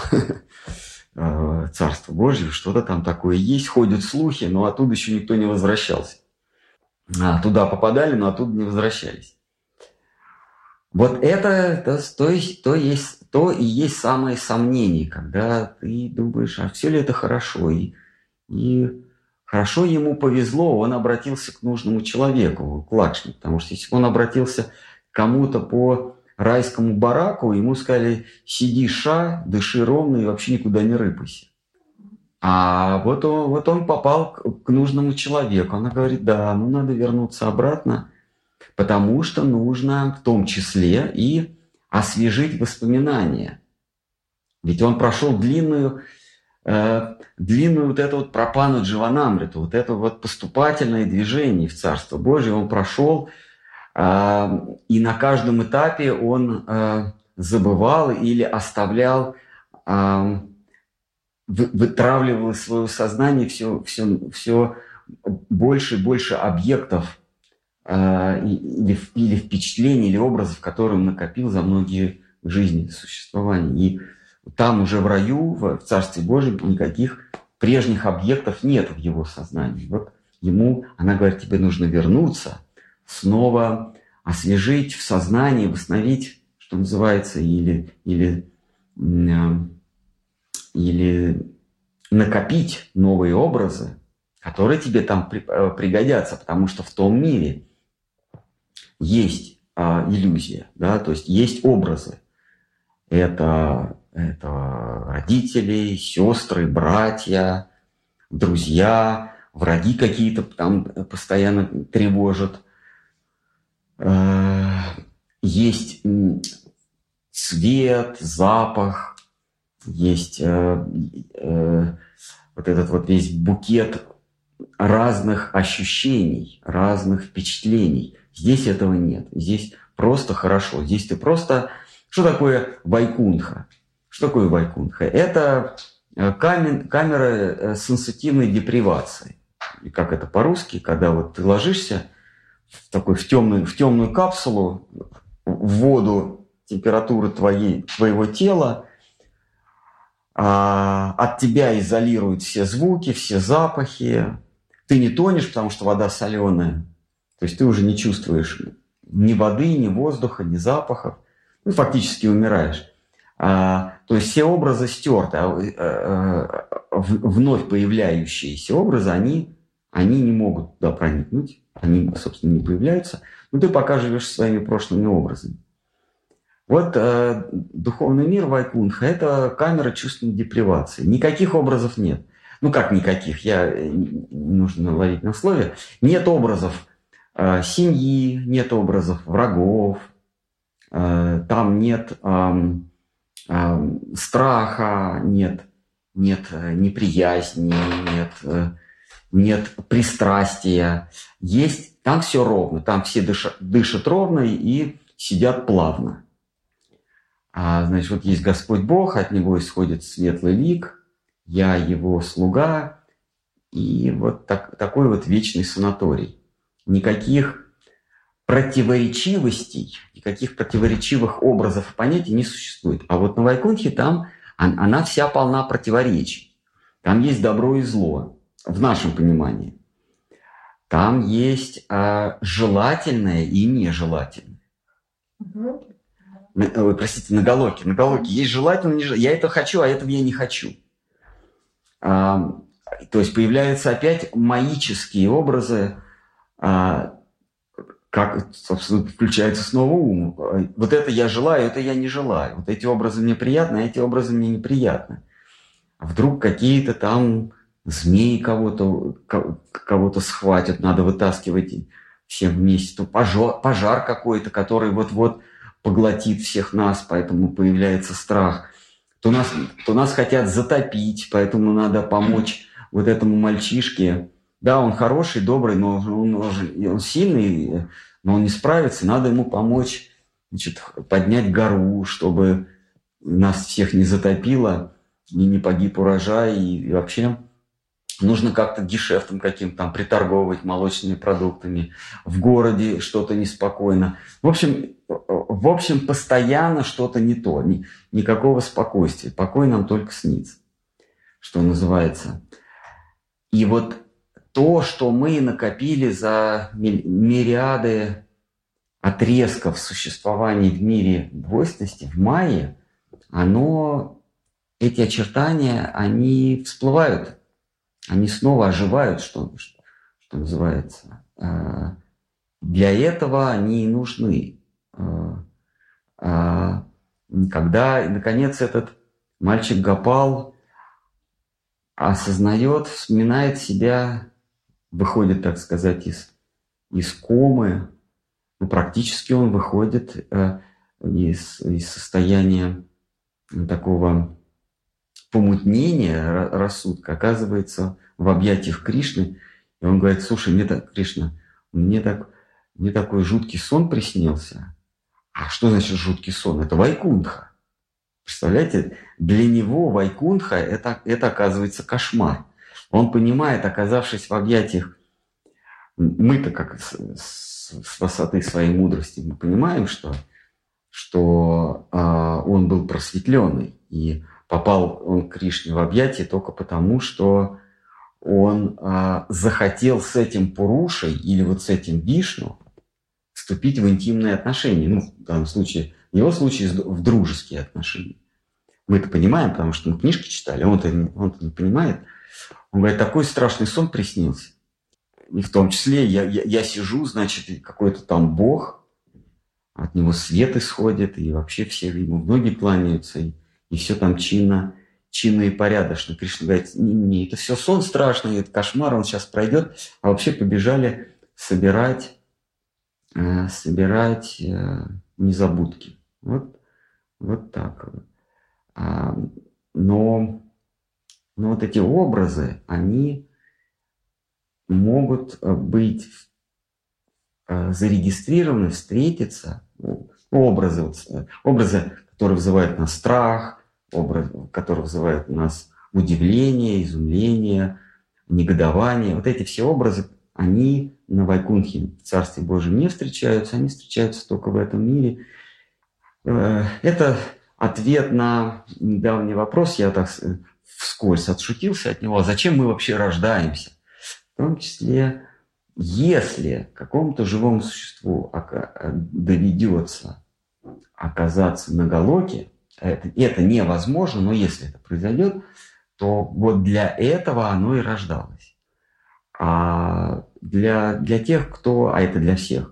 Царства Божьего, что-то там такое есть. Ходят слухи, но оттуда еще никто не возвращался. А, туда попадали, но оттуда не возвращались. Вот это, это то, есть, то, есть, то и есть самое сомнение, когда ты думаешь, а все ли это хорошо? И, и хорошо ему повезло, он обратился к нужному человеку, к Лакшми, потому что если бы он обратился к кому-то по райскому бараку, ему сказали, сиди, ша, дыши ровно и вообще никуда не рыпайся. А вот он, вот он попал к, к нужному человеку. Она говорит, да, ну надо вернуться обратно, потому что нужно в том числе и освежить воспоминания. Ведь он прошел длинную, э, длинную вот эту вот пропану Дживанамриту, вот это вот поступательное движение в Царство Божие он прошел, э, и на каждом этапе он э, забывал или оставлял, э, вытравливал из своего сознания все, все, все больше и больше объектов, Или, или впечатлений, или образов, которые он накопил за многие жизни существования. И там уже в раю, в Царстве Божьем, никаких прежних объектов нет в его сознании. Вот ему, она говорит, тебе нужно вернуться, снова освежить в сознании, восстановить, что называется, или, или, или накопить новые образы, которые тебе там пригодятся, потому что в том мире есть а, иллюзия, да, то есть есть образы. Это, это родители, сестры, братья, друзья, враги какие-то там постоянно тревожат. Есть цвет, запах, есть э, э, вот этот вот весь букет разных ощущений, разных впечатлений. Здесь этого нет. Здесь просто хорошо. Здесь ты просто... Что такое Вайкунтха? Что такое Вайкунтха? Это камень, камера сенситивной депривации. И как это по-русски? Когда вот ты ложишься в, такой, в, темную, в темную капсулу, в воду температуры твоей, твоего тела, а, от тебя изолируют все звуки, все запахи. Ты не тонешь, потому что вода соленая. То есть ты уже не чувствуешь ни воды, ни воздуха, ни запахов. Ну, фактически умираешь. А, то есть все образы стерты. А, а, а, вновь появляющиеся образы, они, они не могут туда проникнуть. Они, собственно, не появляются. Но ты пока живешь своими прошлыми образами. Вот а, духовный мир Вайкунтха – это камера чувственной депривации. Никаких образов нет. Ну, как никаких? Я, не нужно ловить на слове. Нет образов э, семьи, нет образов врагов, э, там нет э, э, страха, нет, нет неприязни, нет, э, нет пристрастия. Есть Там все ровно, там все дышат, дышат ровно и сидят плавно. А, значит, вот есть Господь Бог, от Него исходит светлый лик, я Его слуга, и вот так, такой вот вечный санаторий. Никаких противоречивостей, никаких противоречивых образов и понятий не существует. А вот на Вайкунтхе там она вся полна противоречий. Там есть добро и зло, в нашем понимании. Там есть а, желательное и нежелательное. Ой, простите, на Галоке. На Галоке есть желательное и нежелательное. Я это хочу, а этого я не хочу. А, то есть появляются опять маические образы, а, как, собственно, включается снова ум. Вот это я желаю, это я не желаю. Вот эти образы мне приятны, а эти образы мне неприятны. А вдруг какие-то там змеи кого-то кого-то схватят, надо вытаскивать всем вместе. То пожар, пожар какой-то, который вот-вот поглотит всех нас, поэтому появляется страх. То нас, то нас хотят затопить, поэтому надо помочь вот этому мальчишке. Да, он хороший, добрый, но он, он, он сильный, но он не справится. Надо ему помочь, значит, поднять гору, чтобы нас всех не затопило, и не погиб урожай. И вообще нужно как-то гешефтом каким-то там приторговывать молочными продуктами. В городе что-то неспокойно. В общем, в общем постоянно что-то не то. Ни, никакого спокойствия. Покой нам только снится, что называется. И вот то, что мы накопили за мириады отрезков существования в мире двойственности, в майе, оно, эти очертания, они всплывают, они снова оживают, что, что, что называется. Для этого они и нужны. Когда, наконец, этот мальчик Гопал осознает, вспоминает себя, выходит, так сказать, из, из комы, ну, практически он выходит э, из, из состояния такого помутнения рассудка, оказывается в объятиях Кришны, и он говорит: слушай, мне так, Кришна, мне, так, мне такой жуткий сон приснился. А что значит жуткий сон? Это Вайкунтха. Представляете, для него Вайкунтха это, это оказывается кошмар. Он понимает, оказавшись в объятиях, мы-то как с, с высоты своей мудрости мы понимаем, что, что э, он был просветленный, и попал он к Кришне в объятия только потому, что он э, захотел с этим Пурушей или вот с этим Вишну вступить в интимные отношения. Ну, в данном случае, в его случае, в дружеские отношения. Мы это понимаем, потому что мы книжки читали, он-то, он-то не понимает. Он говорит: такой страшный сон приснился. И в том числе я, я, я сижу, значит, какой-то там бог, от него свет исходит, и вообще все ему в ноги кланяются, и, и все там чинно, чинно и порядочно. Кришна говорит: не, не, это все сон страшный, это кошмар, он сейчас пройдет. А вообще побежали собирать, э, собирать э, незабудки. Вот, вот так. А, но, но вот эти образы, они могут быть зарегистрированы, встретиться, образы, образы, которые вызывают у нас страх, образы, которые вызывают у нас удивление, изумление, негодование. Вот эти все образы, они на Вайкунтхе, в Царстве Божьем, не встречаются, они встречаются только в этом мире. Это ответ на недавний вопрос, я так вскользь отшутился от него: зачем мы вообще рождаемся? В том числе, если какому-то живому существу доведется оказаться на Галоке, это, это невозможно, но если это произойдет, то вот для этого оно и рождалось. А для, для тех, кто, а это для всех,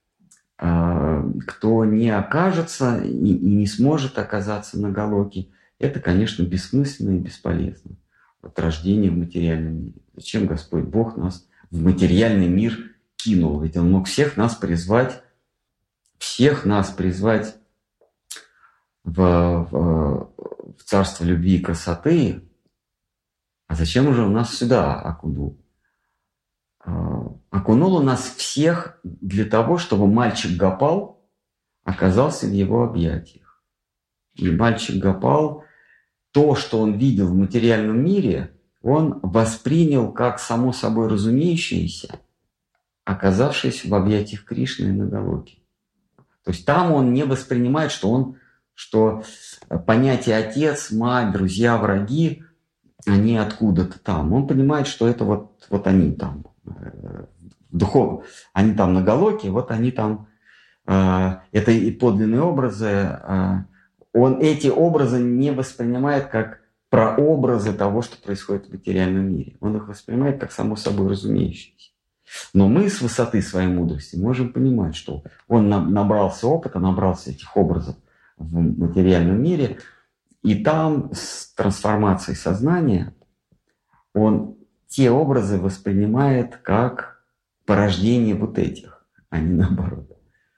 кто не окажется и, и не сможет оказаться на Галоке, это, конечно, бессмысленно и бесполезно. Вот рождение в материальном мире. Зачем Господь Бог нас в материальный мир кинул? Ведь Он мог всех нас призвать, всех нас призвать в, в, в царство любви и красоты. А зачем уже он нас сюда окунул? А окунул у нас всех для того, чтобы мальчик Гопал оказался в его объятиях. И мальчик Гопал, то, что он видел в материальном мире, он воспринял как само собой разумеющееся, оказавшись в объятиях Кришны и на Галоке. То есть там он не воспринимает, что, он, что понятие отец, мать, друзья, враги, они откуда-то там. Он понимает, что это вот, вот они там, духовно, они там на Галоке, вот они там, это и подлинные образы. Он эти образы не воспринимает как прообразы того, что происходит в материальном мире. Он их воспринимает как само собой разумеющееся. Но мы с высоты своей мудрости можем понимать, что он набрался опыта, набрался этих образов в материальном мире, и там с трансформацией сознания он те образы воспринимает как порождение вот этих, а не наоборот.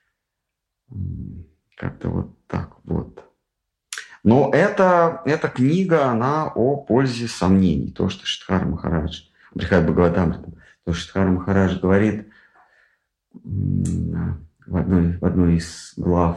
Как-то вот так вот. Но это, эта книга, она о пользе сомнений. То, что Шридхар Махарадж, Брихад Бхагаватамрита, то, что Шридхар Махарадж говорит в одной, в одной из глав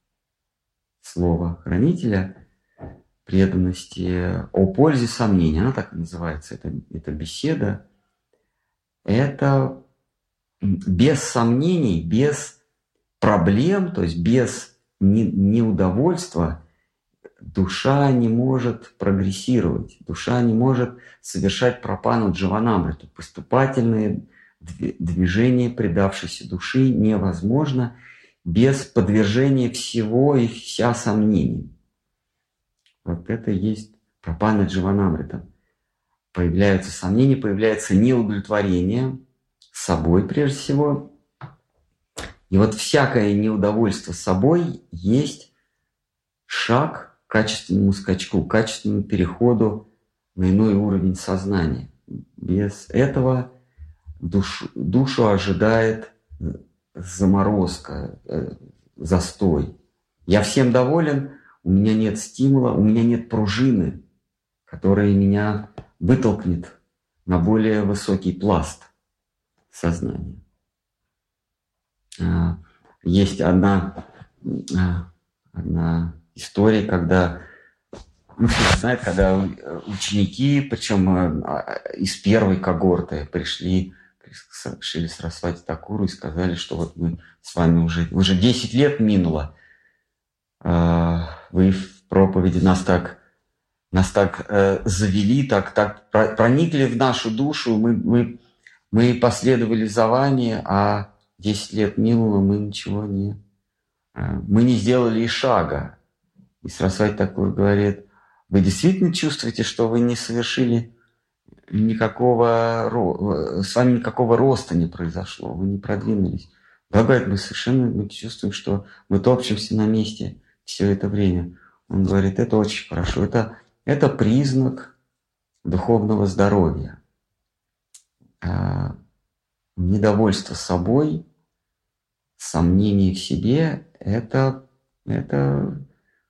слова хранителя преданности о пользе сомнений. Она так и называется, это, это беседа. Это без сомнений, без проблем, то есть без не, неудовольства душа не может прогрессировать, душа не может совершать пропану дживанамриту. Поступательные движения предавшейся души невозможно без подвержения всего и вся сомнений. Вот это и есть пропана дживанамрита. Появляются сомнения, появляется неудовлетворение собой прежде всего. И вот всякое неудовольствие собой есть шаг к качественному скачку, к качественному переходу на иной уровень сознания. Без этого душу, душу ожидает заморозка, застой. Я всем доволен, у меня нет стимула, у меня нет пружины, которая меня вытолкнет на более высокий пласт сознания. Есть одна, одна история, когда, ну, все знают, когда ученики, причем из первой когорты, пришли к Шриле Сарасвати Такуру и сказали, что вот мы с вами уже, уже десять лет минуло, вы в проповеди нас так, нас так э, завели, так, так проникли в нашу душу, мы, мы, мы последовали за вами, а десять лет минуло, мы ничего не... Мы не сделали и шага. И Сарасвати Такур говорит, вы действительно чувствуете, что вы не совершили никакого... С вами никакого роста не произошло, вы не продвинулись. Да, говорит, мы совершенно мы чувствуем, что мы топчемся на месте все это время. Он говорит, это очень хорошо, это, это признак духовного здоровья. А недовольство собой, сомнение в себе – это, это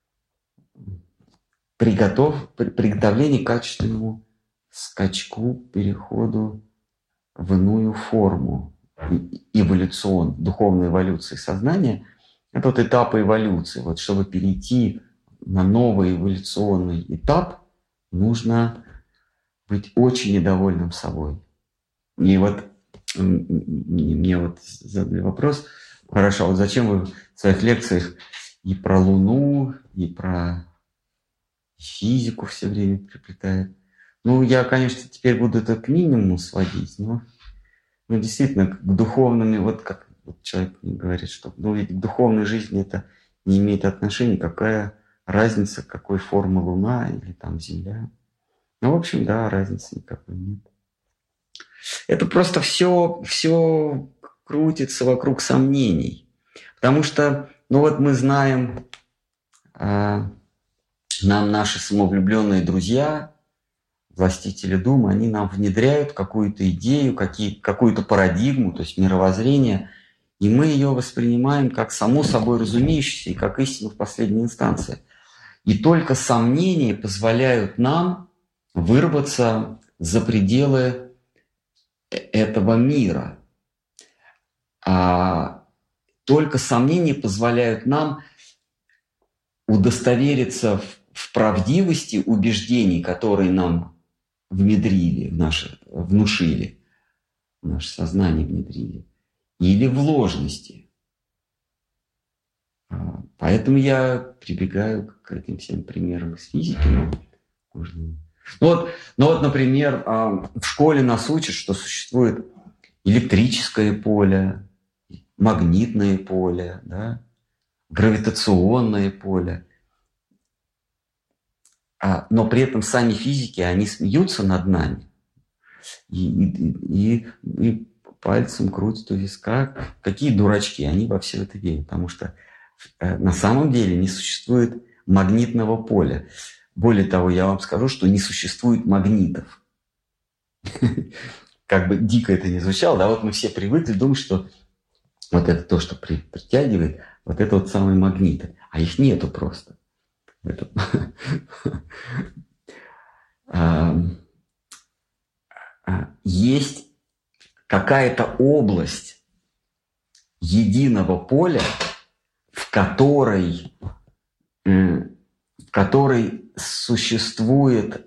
приготов, приготовление к качественному скачку, переходу в иную форму, эволюцион, духовной эволюции сознания. Это вот этапы эволюции. Вот чтобы перейти на новый эволюционный этап, нужно быть очень недовольным собой. И вот мне вот задали вопрос, хорошо, вот зачем вы в своих лекциях и про Луну, и про физику все время приплетаете? Ну, я, конечно, теперь буду это к минимуму сводить, но ну, действительно, к духовным, вот как вот человек мне говорит, что ну, ведь к духовной жизни это не имеет отношения, какая разница, какой формы Луна или там Земля. Ну, в общем, да, разницы никакой нет. Это просто все, все крутится вокруг сомнений. Потому что, ну вот мы знаем, э, нам наши самовлюбленные друзья, властители Думы, они нам внедряют какую-то идею, какие, какую-то парадигму, то есть мировоззрение, и мы ее воспринимаем как само собой разумеющееся и как истину в последней инстанции. И только сомнения позволяют нам вырваться за пределы этого мира. А только сомнения позволяют нам удостовериться в, в правдивости убеждений, которые нам внедрили, в наше, внушили, в наше сознание внедрили, или в ложности. Поэтому я прибегаю к этим всем примерам из физики. Но можно... ну, вот, ну вот, например, в школе нас учат, что существует электрическое поле, магнитное поле, да, гравитационное поле. А, но при этом сами физики, они смеются над нами и, и, и, и пальцем крутят у виска. Какие дурачки, они во все это верят, потому что э, на самом деле не существует магнитного поля. Более того, я вам скажу, что не существует магнитов. Как бы дико это не звучало, да, вот мы все привыкли думать, что вот это то, что притягивает, вот это вот самые магниты. А их нету просто. Есть какая-то область единого поля, в которой, в которой существует,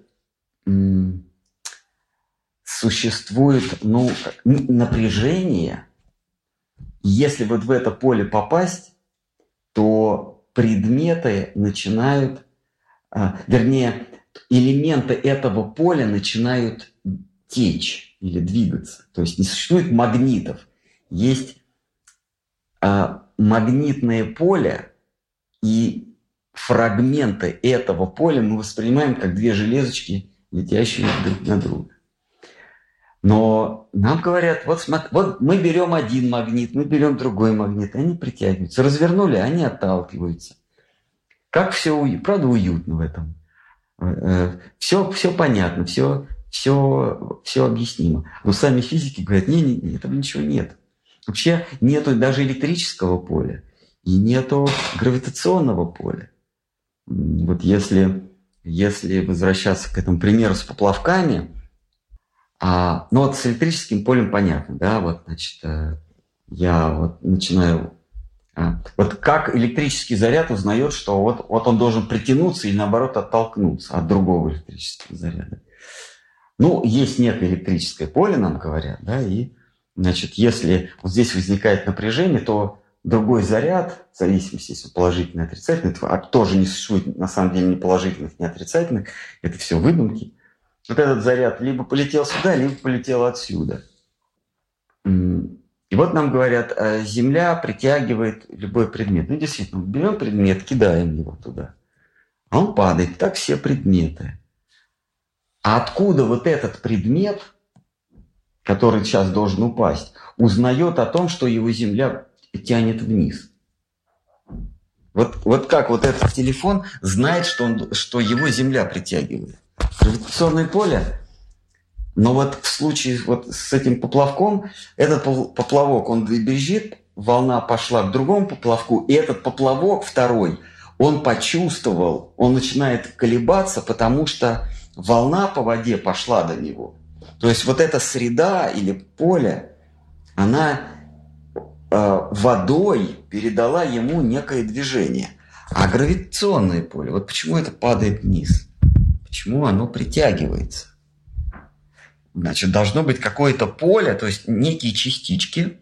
существует ну, напряжение. Если вот в это поле попасть, то предметы начинают, а, вернее, элементы этого поля начинают течь или двигаться. То есть не существует магнитов. Есть а, магнитное поле, и фрагменты этого поля мы воспринимаем как две железочки, летящие друг на друга. Но нам говорят, вот, смотри, вот мы берем один магнит, мы берем другой магнит, они притягиваются. Развернули, они отталкиваются. Как все, правда, уютно в этом. Все, все понятно, все, все, все объяснимо. Но сами физики говорят, не, не, не, этого ничего нет. Вообще нету даже электрического поля и нету гравитационного поля. Вот если, если возвращаться к этому примеру с поплавками, А, ну вот с электрическим полем понятно, да, вот, значит, я вот начинаю, а, вот как электрический заряд узнает, что вот, вот он должен притянуться или наоборот оттолкнуться от другого электрического заряда. Ну, есть некое электрическое поле, нам говорят, да, и, значит, если вот здесь возникает напряжение, то другой заряд, в зависимости, если положительный, отрицательный, а тоже не существует на самом деле ни положительных, ни отрицательных, это все выдумки. Вот этот заряд либо полетел сюда, либо полетел отсюда. И вот нам говорят, Земля притягивает любой предмет. Ну, действительно, берем предмет, кидаем его туда. А он падает. Так все предметы. А откуда вот этот предмет, который сейчас должен упасть, узнает о том, что его Земля тянет вниз? Вот, вот как вот этот телефон знает, что, он, что его Земля притягивает? Гравитационное поле. Но вот в случае вот с этим поплавком, этот поплавок, он бежит, волна пошла к другому поплавку, и этот поплавок второй, он почувствовал, он начинает колебаться, потому что волна по воде пошла до него. То есть вот эта среда или поле, она э, водой передала ему некое движение. А гравитационное поле, вот почему это падает вниз? Почему оно притягивается? Значит, должно быть какое-то поле, то есть некие частички,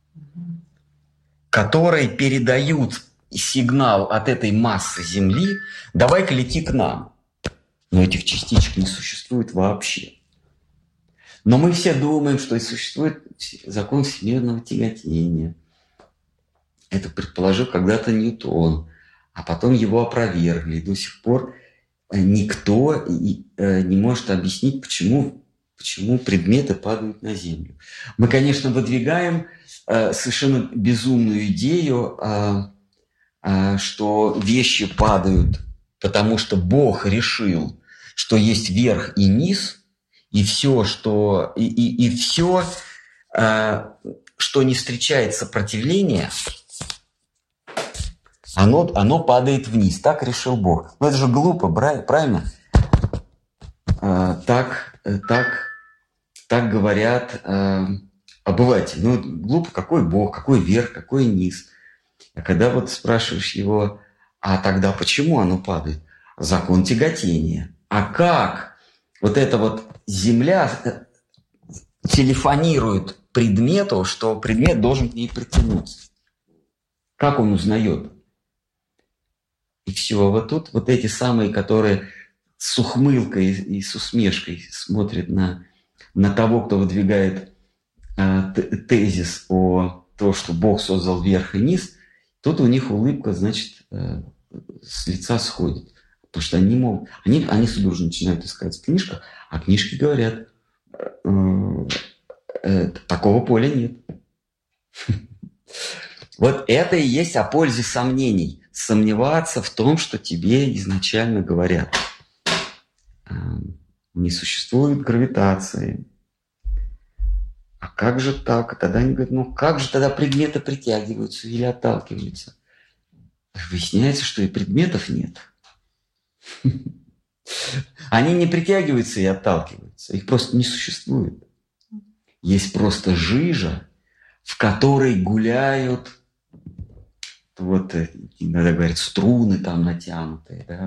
которые передают сигнал от этой массы Земли, давай-ка лети к нам. Но этих частичек не существует вообще. Но мы все думаем, что существует закон всемирного тяготения. Это предположил когда-то Ньютон, а потом его опровергли. И до сих пор никто не может объяснить, почему, почему предметы падают на Землю. Мы, конечно, выдвигаем совершенно безумную идею, что вещи падают, потому что Бог решил, что есть верх и низ, и все, что, и, и, и все, что не встречает сопротивления, Оно, оно падает вниз. Так решил Бог. Но это же глупо, правильно? А, так, так, так говорят а, обыватель. Ну, глупо, какой Бог, какой верх, какой низ. А когда вот спрашиваешь его, а тогда почему оно падает? Закон тяготения. А как вот эта вот земля телефонирует предмету, что предмет должен к ней притянуться? Как он узнает? И все, вот тут вот эти самые, которые с ухмылкой и с усмешкой смотрят на, на того, кто выдвигает э, тезис о том, что Бог создал верх и низ, тут у них улыбка, значит, э, с лица сходит. Потому что они могут, они, они сюда уже начинают искать в книжках, а книжки говорят, э, э, такого поля нет. Вот это и есть о пользе сомнений. Сомневаться в том, что тебе изначально говорят. Не существует гравитации. А как же так? Тогда они говорят, ну как же тогда предметы притягиваются или отталкиваются? Выясняется, что и предметов нет. Они не притягиваются и отталкиваются. Их просто не существует. Есть просто жижа, в которой гуляют, вот иногда говорят, струны там натянутые, да,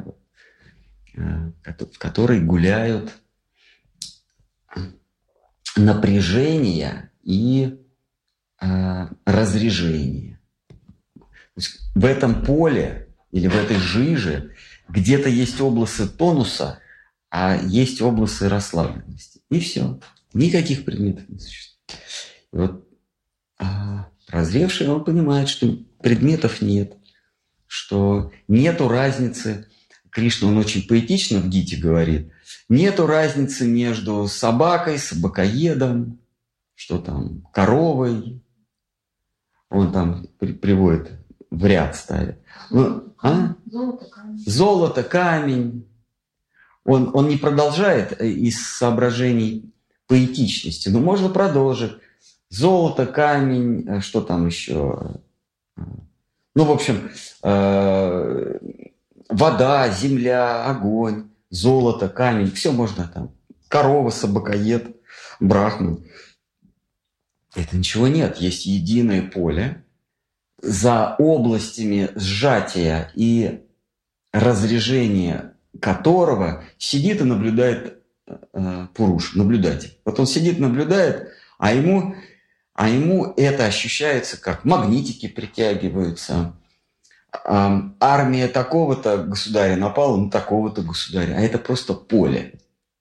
в которой гуляют напряжение и э, разрежение. То есть в этом поле или в этой жиже где-то есть области тонуса, а есть области расслабленности. И все. Никаких предметов не существует. И вот а, прозревший, он понимает, что предметов нет, что нету разницы. Кришна, он очень поэтично в Гите говорит, нету разницы между собакой, собакоедом, что там, коровой. Он там при, приводит, в ряд ставит. Ну, а? Золото, камень. Золото, камень. Он, он не продолжает из соображений поэтичности, но можно продолжить. Золото, камень, что там еще? Ну, в общем, э, вода, земля, огонь, золото, камень, все можно там. Корова, собакоед, брахман. Это ничего нет. Есть единое поле, за областями сжатия и разрежения которого сидит и наблюдает э, Пуруш, наблюдатель. Вот он сидит, наблюдает, а ему, а ему это ощущается как магнитики притягиваются. Э, армия такого-то государя напала на такого-то государя, а это просто поле.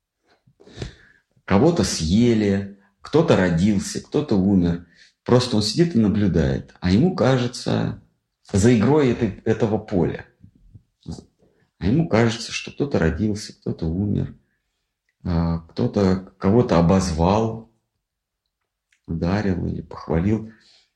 Кого-то съели, кто-то родился, кто-то умер. Просто он сидит и наблюдает, а ему кажется, за игрой этой, этого поля. А ему кажется, что кто-то родился, кто-то умер, кто-то кого-то обозвал, ударил или похвалил.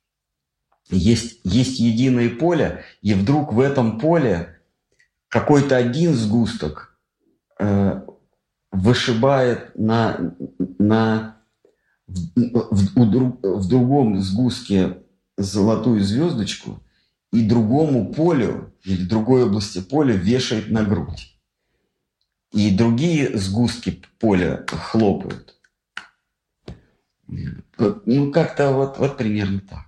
Есть, есть единое поле, и вдруг в этом поле какой-то один сгусток э, вышибает на, на, в, в, в другом сгустке золотую звездочку, и другому полю или другой области поля вешает на грудь. И другие сгустки поля хлопают. Ну, как-то вот, вот примерно так.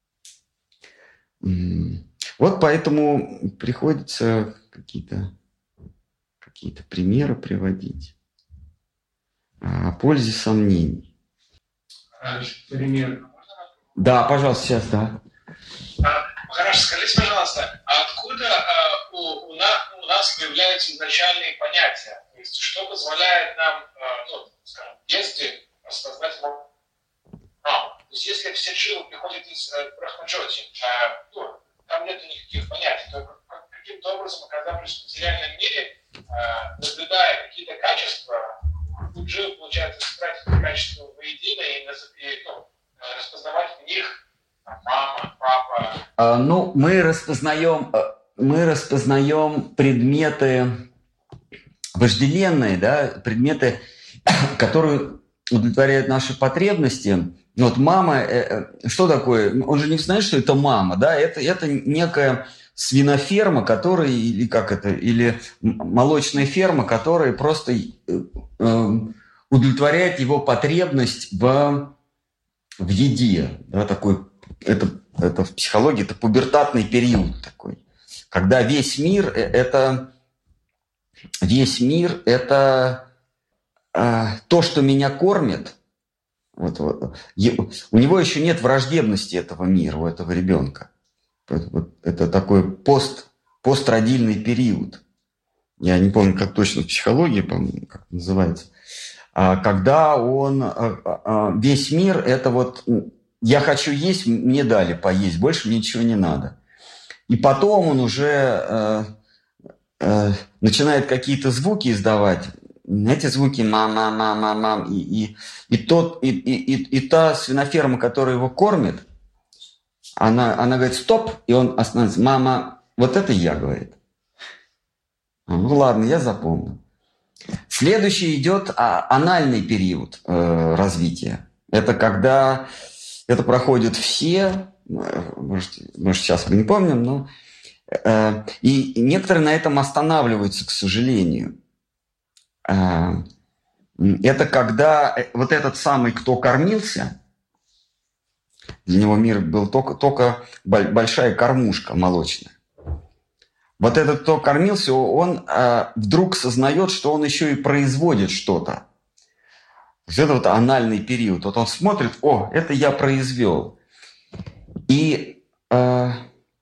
Вот поэтому приходится какие-то какие-то примеры приводить о пользе сомнений. Пример. Да, пожалуйста, сейчас, да. Хорошо, скажите, пожалуйста, откуда э, у, у, на, у нас появляются изначальные понятия? То есть, что позволяет нам, э, ну, скажем, в детстве распознать маму? То есть, если все живы приходят из э, Брахмаджоти, э, ну, там нет никаких понятий, то как, каким-то образом, оказавшись в материальном мире, э, наблюдая какие-то качества, тут же получается собрать эти качества воедино и, и ну, распознавать в них мама, папа. А, ну, мы распознаем, мы распознаем предметы вожделенные, да, предметы, которые удовлетворяют наши потребности. Вот мама, что такое? Он же не знает, что это мама, да? Это, это некая свиноферма, которая, или как это, или молочная ферма, которая просто э, удовлетворяет его потребность в в еде, да, такой, это, это в психологии, это пубертатный период такой, когда весь мир, это, весь мир, это э, то, что меня кормит. Вот, вот. У него еще нет враждебности этого мира, у этого ребенка. Вот, это такой пост, постродильный период. Я не помню, как точно в психологии, по-моему, как это называется. Когда он, весь мир, это вот, я хочу есть, мне дали поесть, больше мне ничего не надо. И потом он уже э, э, начинает какие-то звуки издавать. Эти звуки мам, мам, мам, мам, и, и, и, тот, и, и, и, и та свиноферма, которая его кормит, она, она говорит стоп, и он останавливается. Мама, вот это я, говорит. Ну ладно, я запомню. Следующий идет анальный период э, развития. Это когда это проходят все, может, может сейчас мы не помним, но э, и некоторые на этом останавливаются, к сожалению. Э, это когда вот этот самый, кто кормился, для него мир был только, только большая кормушка молочная. Вот этот, кто кормился, он э, вдруг сознает, что он еще и производит что-то. То есть это вот анальный период. Вот он смотрит, о, это я произвел. И, э,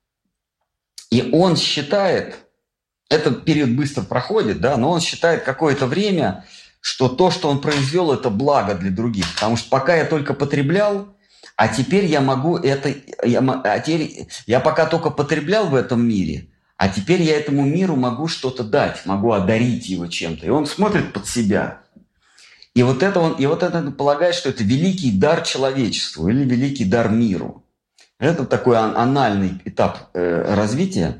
и он считает, этот период быстро проходит, да, но он считает какое-то время, что то, что он произвел, это благо для других. Потому что пока я только потреблял, а теперь я могу это... Я, а теперь, я пока только потреблял в этом мире, а теперь я этому миру могу что-то дать, могу одарить его чем-то. И он смотрит под себя. И вот это он, и вот это он полагает, что это великий дар человечеству или великий дар миру. Это такой анальный этап э, развития.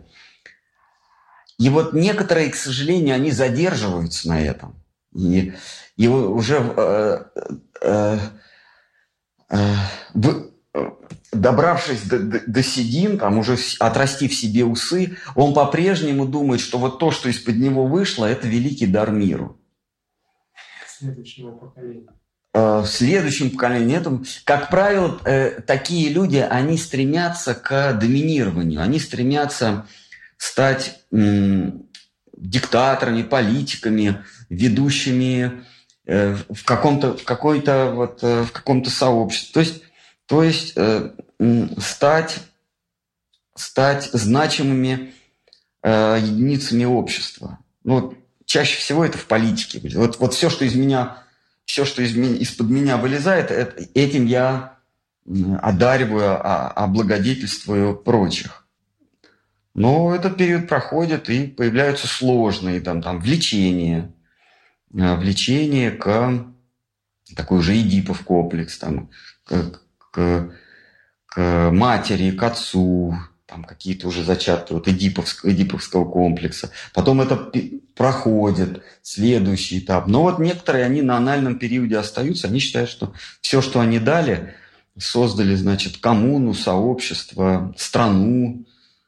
И вот некоторые, к сожалению, они задерживаются на этом. И, и уже э, э, э, в, добравшись до, до, до седин, там уже отрастив себе усы, он по-прежнему думает, что вот то, что из-под него вышло, это великий дар миру. Следующего поколения. В следующем поколении, это, как правило, такие люди, они стремятся к доминированию, они стремятся стать м, диктаторами, политиками, ведущими э, в каком-то, в какой-то вот, э, в каком-то сообществе. То есть То есть э, стать, стать значимыми э, единицами общества. Ну, чаще всего это в политике. Вот, вот все, что из меня, все, что из меня, из-под меня вылезает, это, этим я одариваю, облагодетельствую прочих. Но этот период проходит, и появляются сложные там, там, влечения. Влечение к такой уже Эдипов комплекс, там, к, к, к матери, к отцу, там какие-то уже зачатки вот эдиповского, эдиповского комплекса. Потом это проходит, следующий этап. Но вот некоторые, они на анальном периоде остаются, они считают, что все, что они дали, создали, значит, коммуну, сообщество, страну,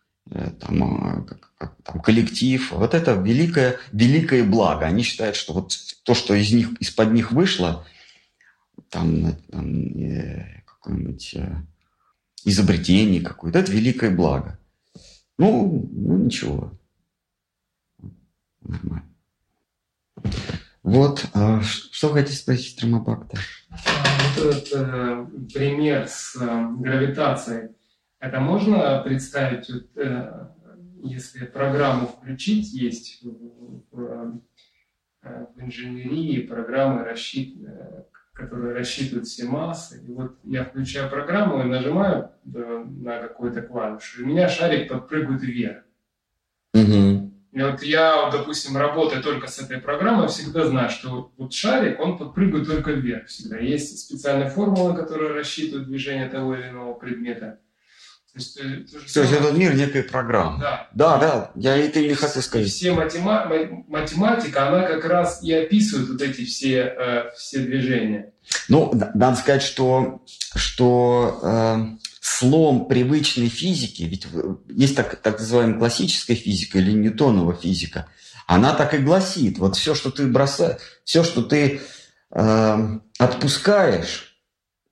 там, там, коллектив. Вот это великое, великое благо. Они считают, что вот то, что из них, из-под них вышло, там, там э, какое-нибудь э, изобретение какое-то, это великое благо. Ну, ну ничего. Нормально. Вот, а что вы хотите спросить, Рамабхакта? Вот этот э, пример с э, гравитацией, это можно представить, вот, э, если программу включить, есть в, в, в инженерии программы, рассчит, которые рассчитывают все массы. И вот я включаю программу и нажимаю на какую-то клавишу, и у меня шарик подпрыгивает вверх. Угу. И вот я, допустим, работая только с этой программой, всегда знаю, что вот шарик, он подпрыгивает только вверх всегда. Есть специальные формулы, которые рассчитывают движение того или иного предмета. То есть, то, то, то есть этот мир некая программа. Да, да, да, я это и не хотел сказать. И все матема... математика, она как раз и описывает вот эти все, э, все движения. Ну, надо сказать, что, что э, слом привычной физики, ведь есть так, так называемая классическая физика или Ньютонова физика, она так и гласит, вот все, что ты бросаешь, все, что ты э, отпускаешь,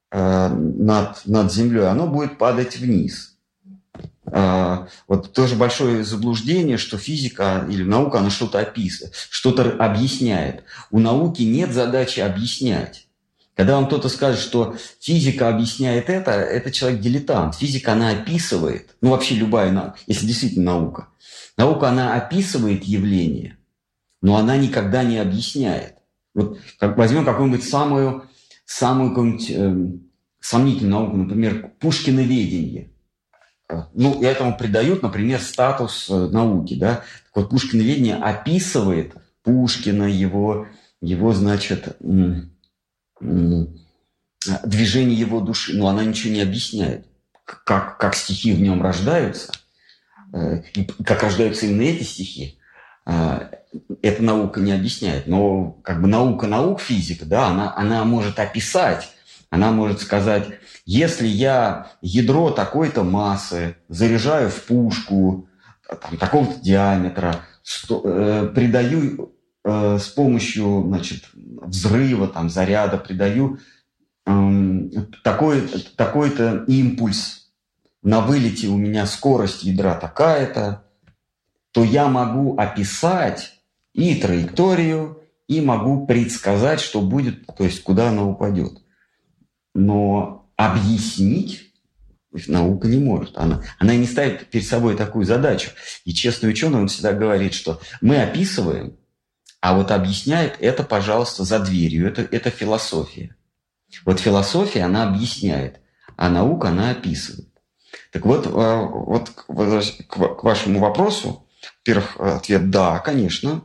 э, над, над землей, оно будет падать вниз. Э, вот тоже большое заблуждение, что физика или наука, она что-то описывает, что-то объясняет. У науки нет задачи объяснять. Когда вам кто-то скажет, что физика объясняет это, это человек дилетант. Физика, она описывает, ну вообще любая наука, если действительно наука. Наука, она описывает явление, но она никогда не объясняет. Вот как, возьмем какую-нибудь самую, самую какую-нибудь, э, сомнительную науку, например, пушкиноведение. Ну, и этому придают, например, статус э, науки. Да? Так вот, пушкиноведение описывает Пушкина, его, его значит, м- м- движение его души, но она ничего не объясняет. Как, как стихи в нем рождаются, э, и как рождаются именно эти стихи, э, эта наука не объясняет. Но как бы наука наук, физика, да, она, она может описать, она может сказать, если я ядро такой-то массы заряжаю в пушку там, такого-то диаметра, что, э, придаю э, с помощью значит, взрыва, там, заряда, придаю э, такой, такой-то импульс, на вылете у меня скорость ядра такая-то, то я могу описать и траекторию, и могу предсказать, что будет, то есть куда она упадет. Но объяснить наука не может. Она, она не ставит перед собой такую задачу. И честный ученый, он всегда говорит, что мы описываем, а вот объясняет это, пожалуйста, за дверью. Это, это философия. Вот философия, она объясняет, а наука, она описывает. Так вот, вот к вашему вопросу, во-первых, ответ «да», конечно.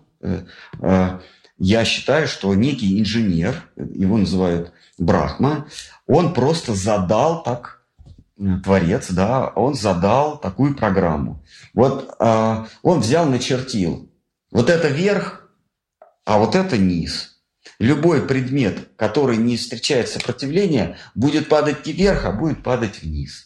Я считаю, что некий инженер, его называют Брахма, он просто задал так, творец, да, он задал такую программу. Вот э, он взял, начертил. Вот это верх, а вот это низ. Любой предмет, который не встречает сопротивления, будет падать не вверх, а будет падать вниз.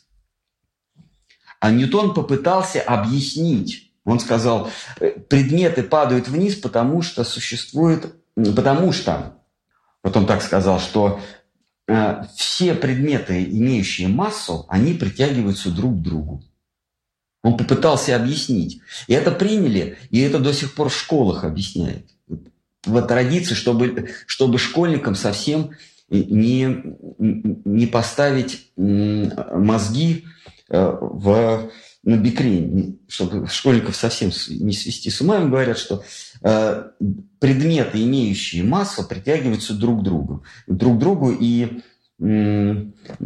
А Ньютон попытался объяснить. Он сказал, предметы падают вниз, потому что существует, потому что, вот он так сказал, что э, все предметы, имеющие массу, они притягиваются друг к другу. Он попытался объяснить. И это приняли, и это до сих пор в школах объясняет. В традиции, чтобы, чтобы школьникам совсем не, не поставить мозги в, на бикрень, чтобы школьников совсем не свести с ума. Им говорят, что э, предметы, имеющие массу, притягиваются друг к другу. Друг к другу и э,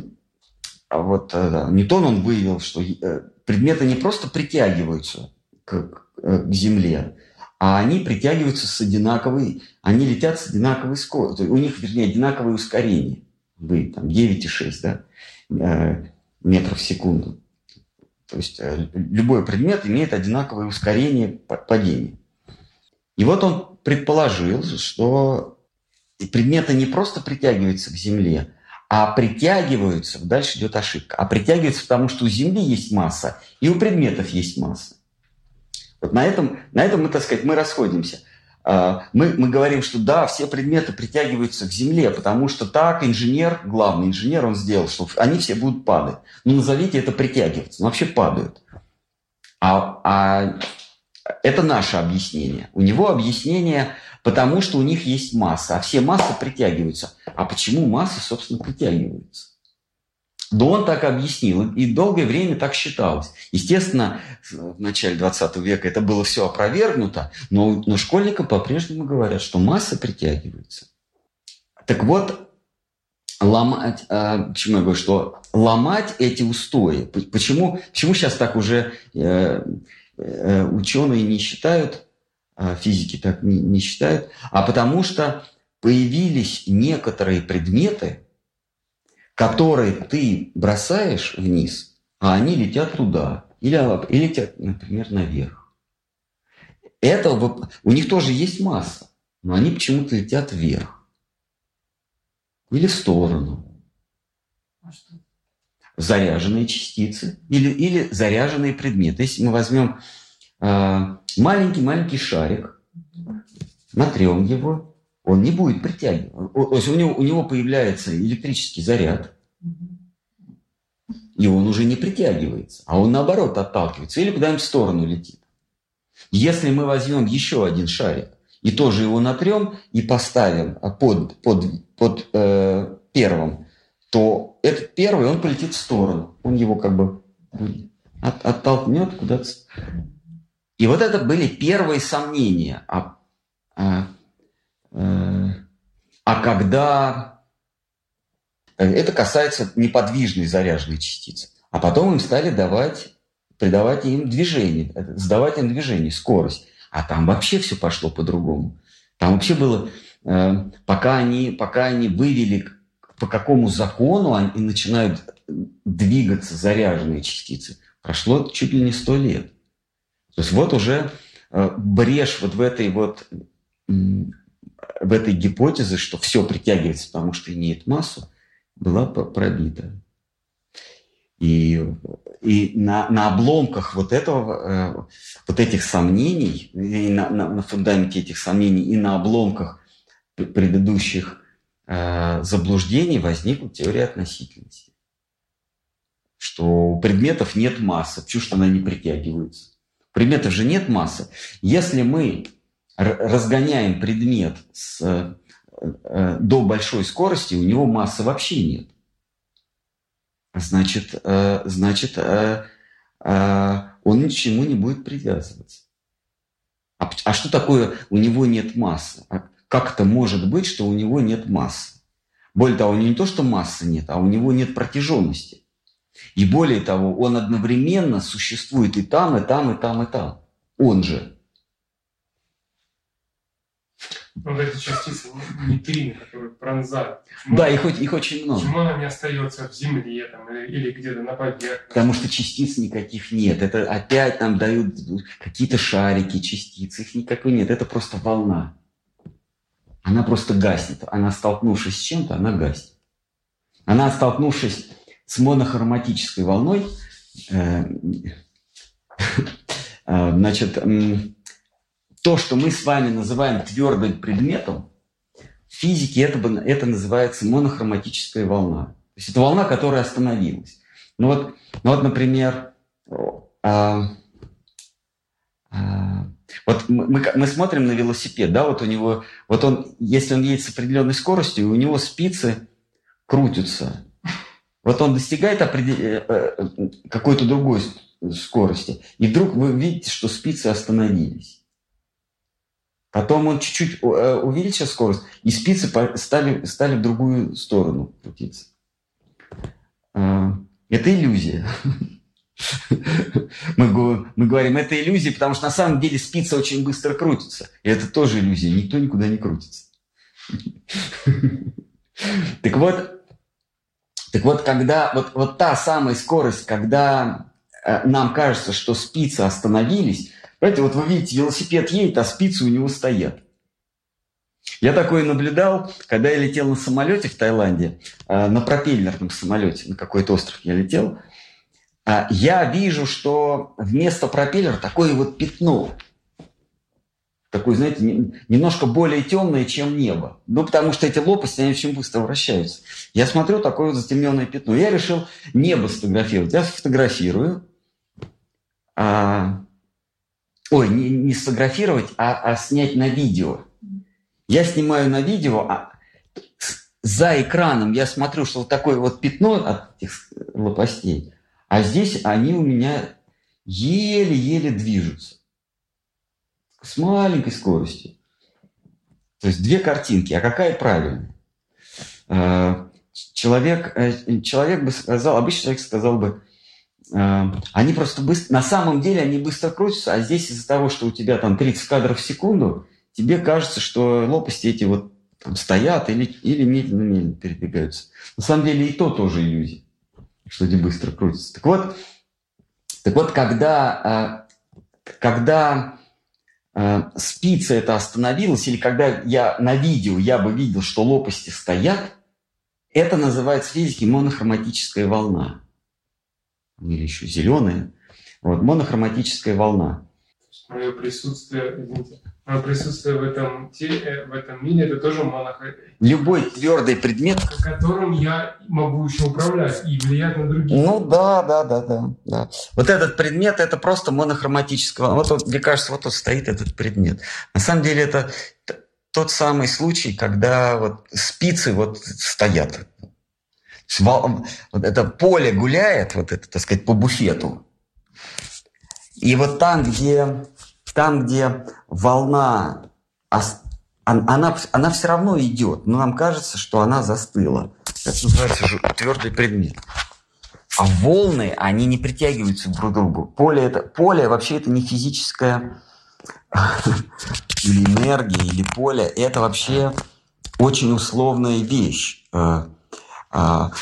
вот э, Ньютон, он выявил, что э, предметы не просто притягиваются к, к Земле, а они притягиваются с одинаковой, они летят с одинаковой скоростью. У них, вернее, одинаковое ускорение. Вы там девять и шесть, да, э, метров в секунду. То есть э, любой предмет имеет одинаковое ускорение падения. И вот он предположил, что предметы не просто притягиваются к Земле, а притягиваются, дальше идет ошибка, а притягиваются потому, что у Земли есть масса, и у предметов есть масса. Вот на этом, на этом мы, так сказать, мы расходимся. Мы, мы говорим, что да, все предметы притягиваются к Земле, потому что так инженер, главный инженер, он сделал, что они все будут падать. Ну, назовите это притягиваться. Ну, вообще падают. А, а это наше объяснение. У него объяснение, потому что у них есть масса, а все массы притягиваются. А почему массы, собственно, притягиваются? Да он так объяснил, и долгое время так считалось. Естественно, в начале двадцатого века это было все опровергнуто, но, но школьникам по-прежнему говорят, что массы притягиваются. Так вот, ломать, почему я говорю, что ломать эти устои, почему, почему сейчас так уже э, э, ученые не считают, физики так не, не считают, а потому что появились некоторые предметы, которые ты бросаешь вниз, а они летят туда. Или, или летят, например, наверх. Это, у них тоже есть масса, но они почему-то летят вверх. Или в сторону. А что? Заряженные частицы. Или, или заряженные предметы. Если мы возьмем маленький-маленький э, шарик, натрем его, он не будет притягивать. То есть у него, у него появляется электрический заряд, и он уже не притягивается, а он наоборот отталкивается или куда-нибудь в сторону летит. Если мы возьмем еще один шарик и тоже его натрем и поставим под, под, под э, первым, то этот первый, он полетит в сторону. Он его как бы от, оттолкнет куда-то. И вот это были первые сомнения. А, а, а, а когда... Это касается неподвижной заряженной частицы. А потом им стали давать, придавать им движение, сдавать им движение, скорость. А там вообще все пошло по-другому. Там вообще было... Пока они, пока они вывели, по какому закону они начинают двигаться заряженные частицы, прошло чуть ли не сто лет. То есть вот уже брешь вот в этой вот в этой гипотезе, что все притягивается, потому что имеет массу, была пробита. И, и на, на обломках вот этого, вот этих сомнений, и на, на, на фундаменте этих сомнений, и на обломках предыдущих э, заблуждений возникла теория относительности. Что у предметов нет массы, почему что она не притягивается. У предметов же нет массы. Если мы разгоняем предмет с, э, до большой скорости, у него массы вообще нет. Значит, э, значит э, э, он ни к чему не будет привязываться. А, а что такое у него нет массы? Как это может быть, что у него нет массы? Более того, у него не то, что массы нет, а у него нет протяженности. И более того, он одновременно существует и там, и там, и там, и там. Он же. Вот эти частицы, нейтрины, которые пронзают. Почему Да, она, их, их очень много. Почему она не остается в земле там, или, или где-то на поверхности? Потому что частиц никаких нет. Это опять нам дают какие-то шарики, частицы. Их никакой нет. Это просто волна. Она просто гаснет. Она, столкнувшись с чем-то, она гаснет. Она, столкнувшись с монохроматической волной, э, э, значит, э, то, что мы с вами называем твердым предметом, в физике это, это называется монохроматическая волна. То есть это волна, которая остановилась. Ну вот, ну вот например, э, э, вот мы, мы смотрим на велосипед, да, вот у него, вот он, если он едет с определенной скоростью, у него спицы крутятся. Вот он достигает определ... какой-то другой скорости, и вдруг вы видите, что спицы остановились. Потом он чуть-чуть увеличил скорость, и спицы стали, стали в другую сторону крутиться. Это иллюзия. Мы, мы говорим, это иллюзия, потому что на самом деле спицы очень быстро крутятся. И это тоже иллюзия. Никто никуда не крутится. Так вот, так вот, когда вот, вот та самая скорость, когда э, нам кажется, что спицы остановились, понимаете, вот вы видите, велосипед едет, а спицы у него стоят. Я такое наблюдал, когда я летел на самолете в Таиланде, э, на пропеллерном самолете, на какой-то остров я летел. Э, я вижу, что вместо пропеллера такое вот пятно. Такое, знаете, не, немножко более темное, чем небо. Ну, потому что эти лопасти, они очень быстро вращаются. Я смотрю, такое вот затемненное пятно. Я решил небо сфотографировать. Я сфотографирую. А, ой, не, не сфотографировать, а, а снять на видео. Я снимаю на видео, а за экраном я смотрю, что вот такое вот пятно от этих лопастей, а здесь они у меня еле-еле движутся. С маленькой скоростью. То есть две картинки. А какая правильная? Человек, человек бы сказал, обычный человек сказал бы, они просто быстро, на самом деле они быстро крутятся, а здесь из-за того, что у тебя там тридцать кадров в секунду, тебе кажется, что лопасти эти вот там стоят или, или медленно-медленно передвигаются. На самом деле и то тоже иллюзия, что они быстро крутятся. Так вот, так вот когда, когда спица это остановилась, или когда я на видео я бы видел, что лопасти стоят, это называется в физике монохроматическая волна. Или еще зеленая. Вот, монохроматическая волна. Мое присутствие, извините, Мое присутствие в этом, теле, в этом мире, это тоже монохо... Любой твердый предмет, которым я могу еще управлять и влиять на других. Ну да, да, да, да, да. Вот этот предмет, это просто монохроматического. Вот, вот, мне кажется, вот тут стоит этот предмет. На самом деле это тот самый случай, когда вот спицы вот стоят. Вот это поле гуляет, вот это, так сказать, по буфету. И вот там, где, там, где волна, она, она все равно идет, но нам кажется, что она застыла. Это называется твердый предмет. А волны, они не притягиваются друг к другу. Поле, это, поле вообще это не физическая или энергия, или поле. Это вообще очень условная вещь. Когда,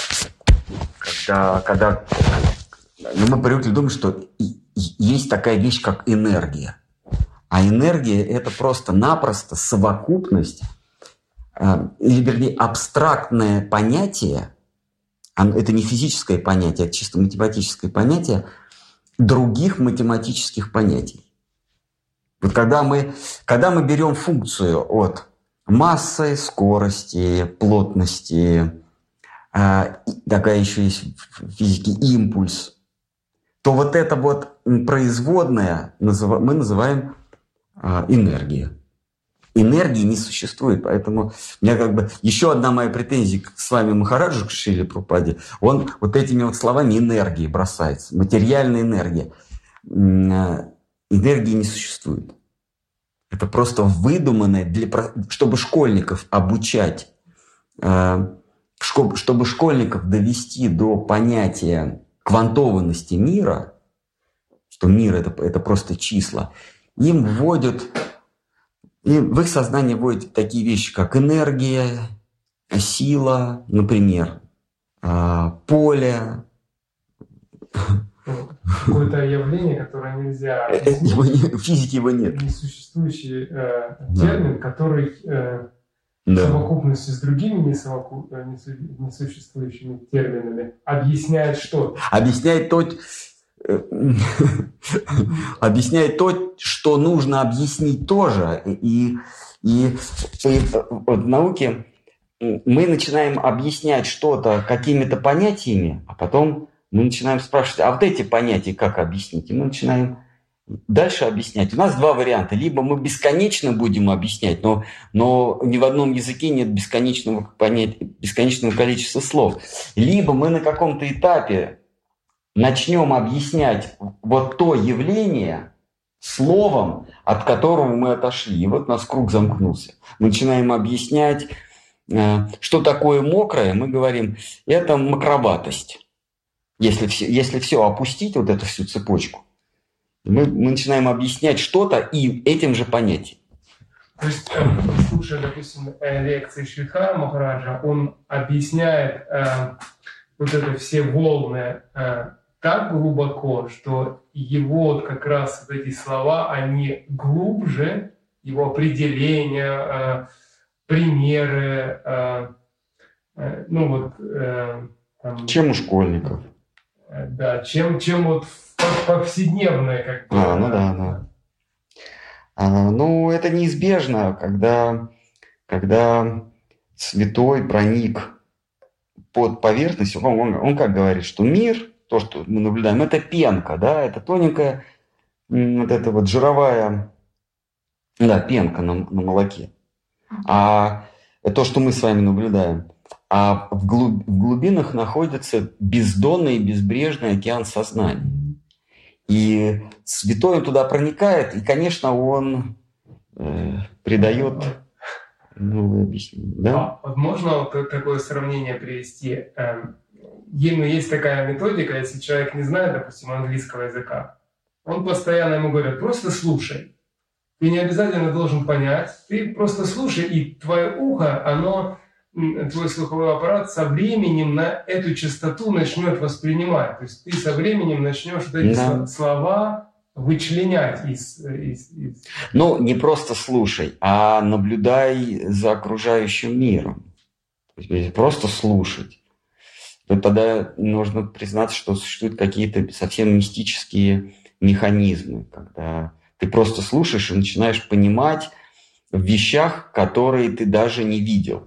когда мы привыкли думать, что есть такая вещь, как энергия. А энергия – это просто-напросто совокупность, или, вернее, абстрактное понятие, это не физическое понятие, это чисто математическое понятие других математических понятий. Вот когда мы, когда мы берем функцию от массы, скорости, плотности, э, такая еще есть в физике импульс, то вот это вот производное мы называем э, энергия. Энергии не существует, поэтому у меня как бы еще одна моя претензия к с вами Махараджу, к Шриле Прабхупаде, он вот этими вот словами энергии бросается, материальная энергия. Энергии не существует. Это просто выдуманное, для, чтобы школьников обучать, чтобы школьников довести до понятия квантованности мира, что мир это, это просто числа, им вводят... И в их сознание вводят такие вещи, как энергия, сила, например, поле. Какое-то явление, которое нельзя... Его не, в физике его нет. Несуществующий э, термин, да. который э, да. в совокупности с другими несовоку... несуществующими терминами объясняет что? Объясняет то... объясняет то, что нужно объяснить тоже. И, и, и в науке мы начинаем объяснять что-то какими-то понятиями, а потом мы начинаем спрашивать, а вот эти понятия как объяснить? И мы начинаем дальше объяснять. У нас два варианта. Либо мы бесконечно будем объяснять, но, но ни в одном языке нет бесконечного, понятия, бесконечного количества слов. Либо мы на каком-то этапе начнем объяснять вот то явление словом, от которого мы отошли. И вот у нас круг замкнулся. Мы начинаем объяснять, что такое мокрое. Мы говорим, это мокроватость. Если все, если все опустить, вот эту всю цепочку, мы, мы начинаем объяснять что-то и этим же понятием. То есть, слушая, допустим, лекции Шридхара Махараджа, он объясняет э, вот это все волны э, так глубоко, что его вот как раз вот эти слова, они глубже, его определения, э, примеры, э, э, ну вот... Э, там, чем у школьников. Э, да, чем, чем вот повседневное. Как бы, а, ну да, да. А, ну, это неизбежно, когда, когда святой проник под поверхность, он, он, он как говорит, что мир... То, что мы наблюдаем, это пенка, да, это тоненькая, вот эта вот жировая, да, пенка на, на молоке. А то, что мы с вами наблюдаем, а в, глуб, в глубинах находится бездонный, безбрежный океан сознания. И святой он туда проникает, и, конечно, он э, придает новое объяснение. Да? А, вот можно вот такое сравнение привести? Есть такая методика, если человек не знает, допустим, английского языка, он постоянно ему говорит, просто слушай. Ты не обязательно должен понять, ты просто слушай, и твое ухо, оно, твой слуховой аппарат со временем на эту частоту начнет воспринимать. То есть ты со временем начнешь вот эти да. слова вычленять из, из, из... Ну, не просто слушай, а наблюдай за окружающим миром. То есть просто слушать. То тогда нужно признаться, что существуют какие-то совсем мистические механизмы, когда Ты просто слушаешь и начинаешь понимать в вещах, которые ты даже не видел.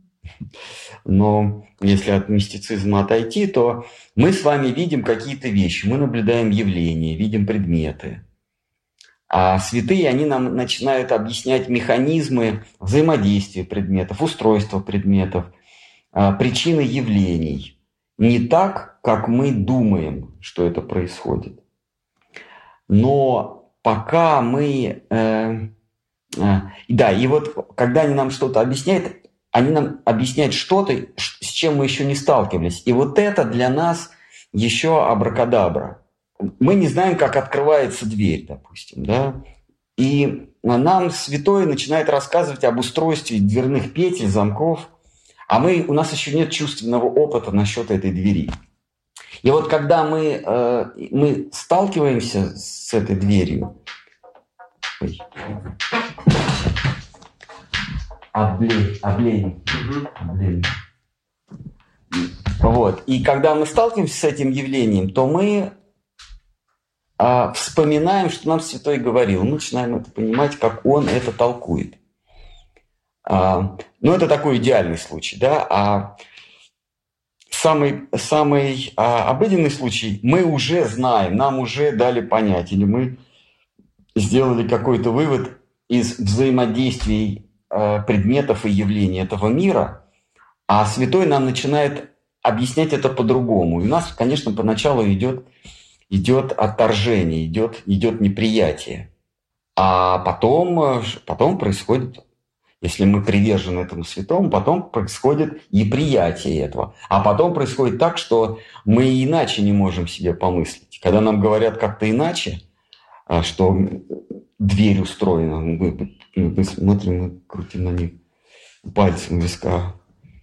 Но если от мистицизма отойти, то мы с вами видим какие-то вещи, мы наблюдаем явления, видим предметы. А святые, они нам начинают объяснять механизмы взаимодействия предметов, устройства предметов, причины явлений. Не так, как мы думаем, что это происходит. Но пока мы... Э, э, да, и вот когда они нам что-то объясняют, они нам объясняют что-то, с чем мы еще не сталкивались. И вот это для нас еще абракадабра. Мы не знаем, как открывается дверь, допустим, да? И нам святой начинает рассказывать об устройстве дверных петель, замков, а мы, у нас еще нет чувственного опыта насчет этой двери. И вот когда мы, э, мы сталкиваемся с этой дверью... Ой. Облень, облень, облень. Вот. И когда мы сталкиваемся с этим явлением, то мы а, вспоминаем, что нам святой говорил. Мы начинаем это понимать, как он это толкует. А, ну, это такой идеальный случай, да. А самый, самый а, обыденный случай мы уже знаем, нам уже дали понять, или мы сделали какой-то вывод из взаимодействий предметов и явлений этого мира, а святой нам начинает объяснять это по-другому. И у нас, конечно, поначалу идет, идет отторжение, идет, идет неприятие. А потом, потом происходит, если мы привержены этому святому, потом происходит и приятие этого. А потом происходит так, что мы иначе не можем себе помыслить. Когда нам говорят как-то иначе, что дверь устроена, мы, мы смотрим, мы крутим на них пальцем виска.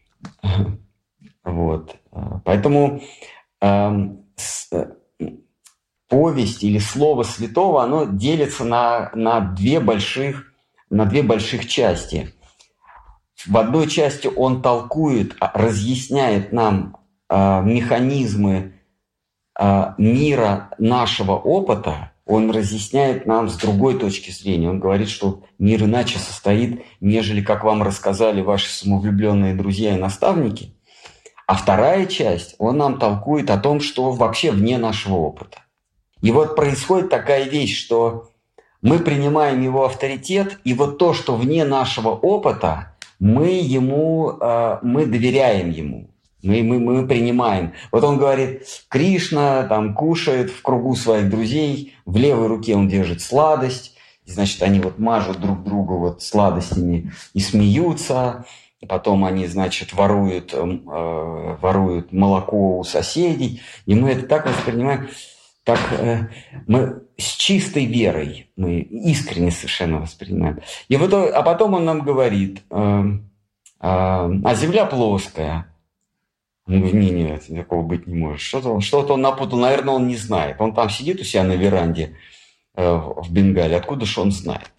Вот. Поэтому э, с, повесть или слово святого, оно делится на, на, две больших, на две больших части. В одной части он толкует, разъясняет нам э, механизмы э, мира нашего опыта. Он разъясняет нам с другой точки зрения. Он говорит, что мир иначе состоит, нежели как вам рассказали ваши самовлюбленные друзья и наставники. А вторая часть, он нам толкует о том, что вообще вне нашего опыта. И вот происходит такая вещь, что мы принимаем его авторитет, и вот то, что вне нашего опыта, мы ему, мы доверяем ему. Мы, мы, мы принимаем. Вот он говорит, Кришна там кушает в кругу своих друзей, в левой руке он держит сладость, и, значит, они вот мажут друг друга вот сладостями и смеются, потом они, значит, воруют, э, воруют молоко у соседей, и мы это так воспринимаем, так э, мы с чистой верой, мы искренне совершенно воспринимаем. И вот, а потом он нам говорит, э, э, а земля плоская. Ну, не, нет, такого быть не может. Что-то, что-то он напутал, наверное, он не знает. Он там сидит у себя на веранде э, в Бенгале. Откуда же он знает?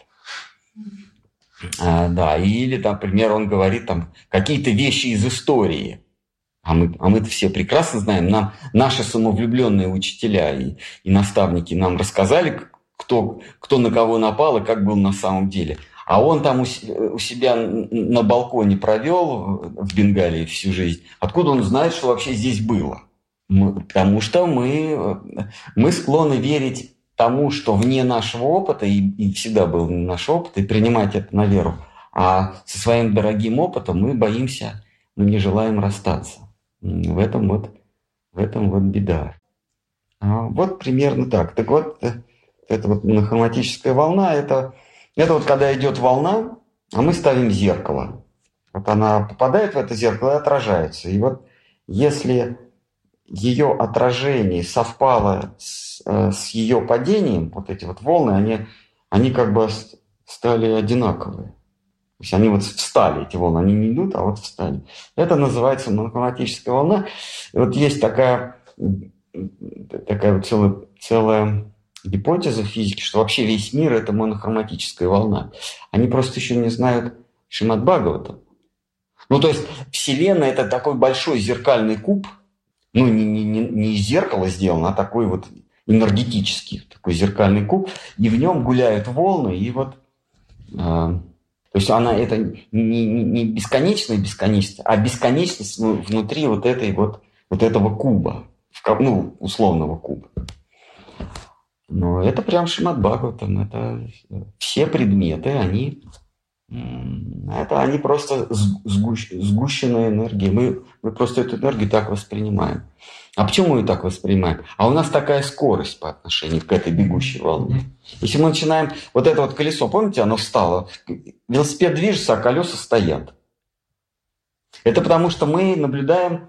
А, да, или, например, он говорит там какие-то вещи из истории. А, мы, а мы-то все прекрасно знаем. Нам наши самовлюбленные учителя и, и наставники нам рассказали, кто, кто на кого напал и как был на самом деле. А он там у себя на балконе провел в Бенгалии всю жизнь. Откуда он знает, что вообще здесь было? Мы, потому что мы, мы склонны верить тому, что вне нашего опыта, и, и всегда был наш опыт, и принимать это на веру. А со своим дорогим опытом мы боимся, мы не желаем расстаться. В этом вот, в этом вот беда. А вот примерно так. Так вот, это вот монохроматическая волна, это... Это вот когда идет волна, а мы ставим зеркало. Вот она попадает в это зеркало и отражается. И вот если ее отражение совпало с, с ее падением, вот эти вот волны, они, они как бы стали одинаковые. То есть они вот встали, эти волны, они не идут, а вот встали. Это называется монохроматическая волна. И вот есть такая, такая вот целая... целая гипотеза физики, что вообще весь мир – это монохроматическая волна. Они просто еще не знают Шримад Бхагаватам. Ну, то есть Вселенная – это такой большой зеркальный куб, ну, не, не, не из зеркала сделан, а такой вот энергетический, такой зеркальный куб, и в нем гуляют волны, и вот, э, то есть она это не, не, не бесконечная бесконечность, а бесконечность внутри вот этой вот, вот этого куба, ну, условного куба. Но это прям Шримад Бхагаватам, это все предметы, они, это они просто сгущ, сгущенная энергия. Мы, мы просто эту энергию так воспринимаем. А почему мы ее так воспринимаем? А у нас такая скорость по отношению к этой бегущей волне. Если мы начинаем, вот это вот колесо, помните, оно встало, велосипед движется, а колеса стоят. Это потому, что мы наблюдаем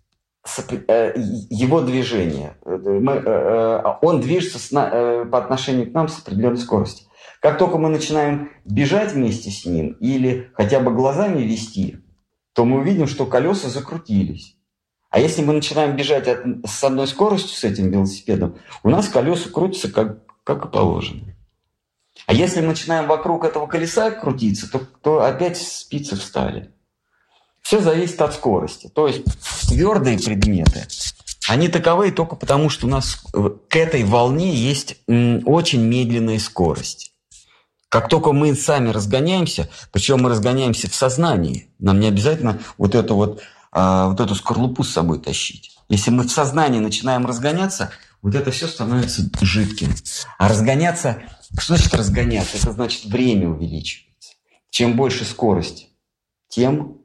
его движение. Мы, он движется с, по отношению к нам с определенной скоростью. Как только мы начинаем бежать вместе с ним или хотя бы глазами вести, то мы увидим, что колеса закрутились. А если мы начинаем бежать от, с одной скоростью с этим велосипедом, у нас колеса крутятся как, как и положено. А если мы начинаем вокруг этого колеса крутиться, то, то опять спицы встали. Все зависит от скорости. То есть твердые предметы, они таковы только потому, что у нас к этой волне есть очень медленная скорость. Как только мы сами разгоняемся, причем мы разгоняемся в сознании, нам не обязательно вот эту, вот, а, вот эту скорлупу с собой тащить. Если мы в сознании начинаем разгоняться, вот это все становится жидким. А разгоняться, что значит разгоняться? Это значит время увеличивается. Чем больше скорость, тем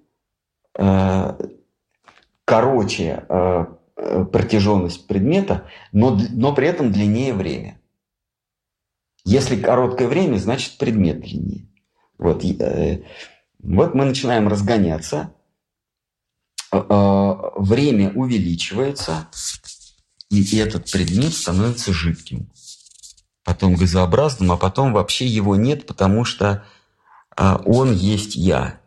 короче э, протяженность предмета, но, но при этом длиннее время. Если короткое время, значит предмет длиннее. Вот, э, вот мы начинаем разгоняться, э, время увеличивается, и, и этот предмет становится жидким. Потом газообразным, а потом вообще его нет, потому что э, он есть я.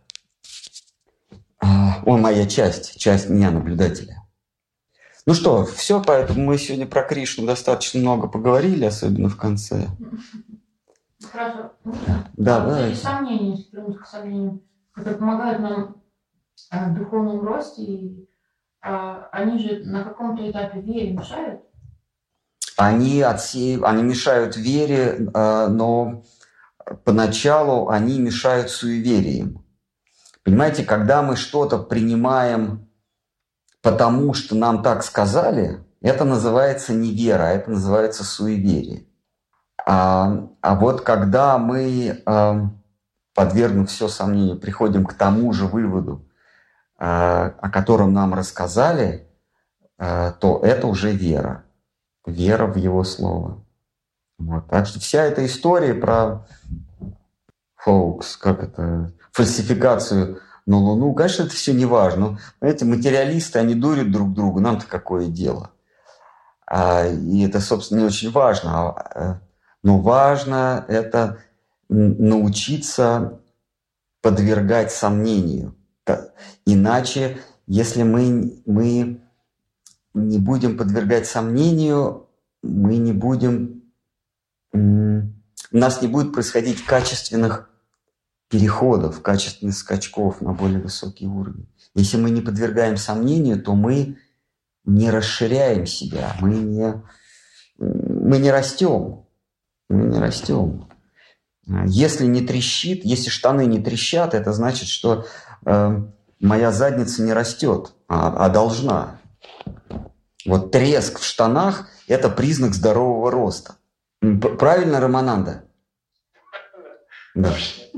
Он моя часть, часть меня, наблюдателя. Ну что, все, поэтому мы сегодня про Кришну достаточно много поговорили, особенно в конце. Хорошо. Да, а да. Эти сомнения, стремление к сомнениям, которые помогают нам а, в духовном росте, и, а, они же на каком-то этапе вере мешают? Они, отсе... они мешают вере, но поначалу они мешают суевериям. Понимаете, когда мы что-то принимаем потому, что нам так сказали, это называется не вера, это называется суеверие. А, а вот когда мы, подвергнув все сомнению, приходим к тому же выводу, о котором нам рассказали, то это уже вера. Вера в его слово. Вот. Так что вся эта история про хоукс, как это... фальсификацию на Луну, конечно, это все не важно. Знаете, материалисты, они дурят друг друга, нам-то какое дело. А, и это, собственно, не очень важно. Но важно это научиться подвергать сомнению. Иначе, если мы, мы не будем подвергать сомнению, мы не будем... У нас не будет происходить качественных переходов, качественных скачков на более высокий уровень. Если мы не подвергаем сомнению, то мы не расширяем себя, мы не, мы не растем. Мы не растем. Если не трещит, если штаны не трещат, это значит, что э, моя задница не растет, а, а должна. Вот треск в штанах – это признак здорового роста. Правильно, Рамананда? Да.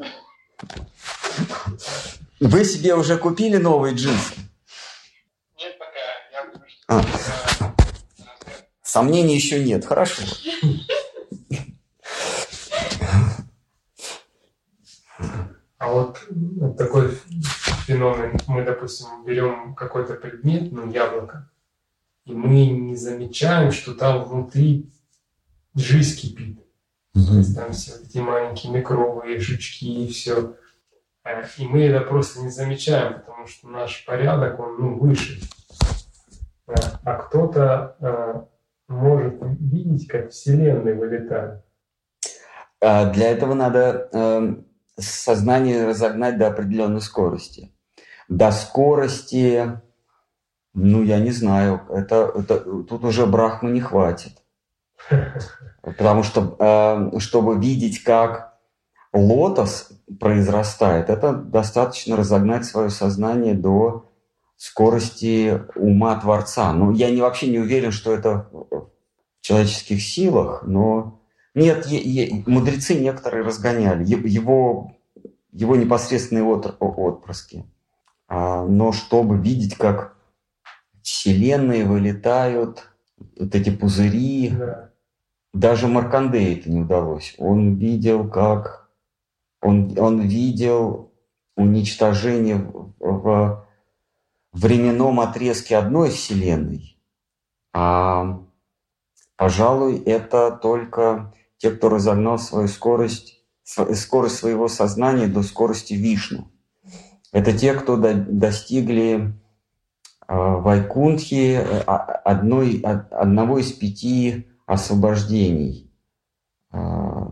Вы себе уже купили новые джинсы? Нет, пока. Я... А. Сомнений еще нет. Хорошо. А вот такой феномен. Мы, допустим, берем какой-то предмет, ну, яблоко, и мы не замечаем, что там внутри жизнь кипит. Mm-hmm. То есть там все эти маленькие микробы, жучки и все. И мы это просто не замечаем, потому что наш порядок, он ну, выше. А кто-то а, может видеть, как Вселенная вылетает. Для этого надо э, сознание разогнать до определенной скорости. До скорости, ну, я не знаю, это, это, тут уже брахмы не хватит. Потому что, э, чтобы видеть, как лотос произрастает, это достаточно разогнать свое сознание до скорости ума Творца. Ну, я не, вообще не уверен, что это в человеческих силах, но нет, е- е- мудрецы некоторые разгоняли Е- его, его непосредственные отр- отпрыски. А, но чтобы видеть, как вселенные вылетают, вот эти пузыри, Да. даже Маркандею это не удалось. Он видел, как он, он видел уничтожение в, в временном отрезке одной вселенной, а, пожалуй, это только те, кто разогнал свою скорость, скорость своего сознания до скорости Вишну. Это те, кто до, достигли э, Вайкунтхи одной, одного из пяти освобождений. Э,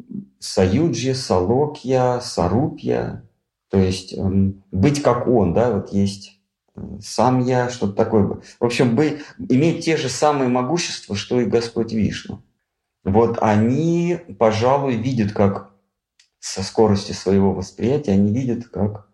Саюджи, Салокья, Сарупья. То есть э, быть как он, да, вот есть сам я, что-то такое. В общем, быть, иметь те же самые могущества, что и Господь Вишну. Вот они, пожалуй, видят, как со скоростью своего восприятия, они видят, как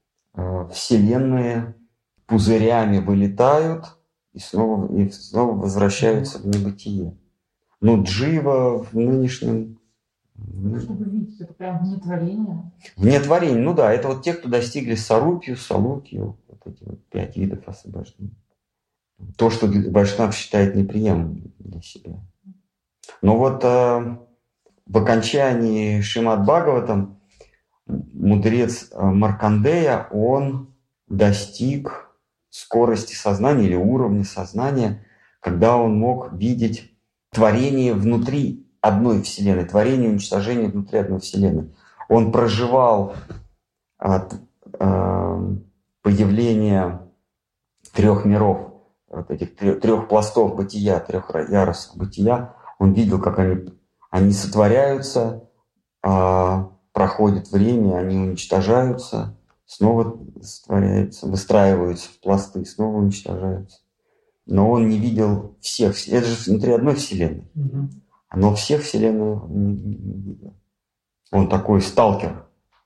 э, вселенные пузырями вылетают и снова, и снова возвращаются в небытие. Ну, Джива в нынешнем... Чтобы видеть, это прям вне творения. Вне творения, ну да, это вот те, кто достигли Сарупью, Салукью, вот эти вот пять видов освобождения. То, что Вайшнав считает неприемлемым для себя. Но вот э, в окончании Шримад Бхагаватам мудрец Маркандея, он достиг скорости сознания или уровня сознания, когда он мог видеть творение внутри одной вселенной, творение и уничтожение внутри одной вселенной. Он проживал от э, появления трех миров, вот этих трех, трех пластов бытия, трех ярусов бытия. Он видел, как они, они сотворяются, э, проходит время, они уничтожаются, снова сотворяются, выстраиваются в пласты, снова уничтожаются. Но он не видел всех. Это же внутри одной вселенной. Угу. Но всех вселенных не, не, не видел. Он такой сталкер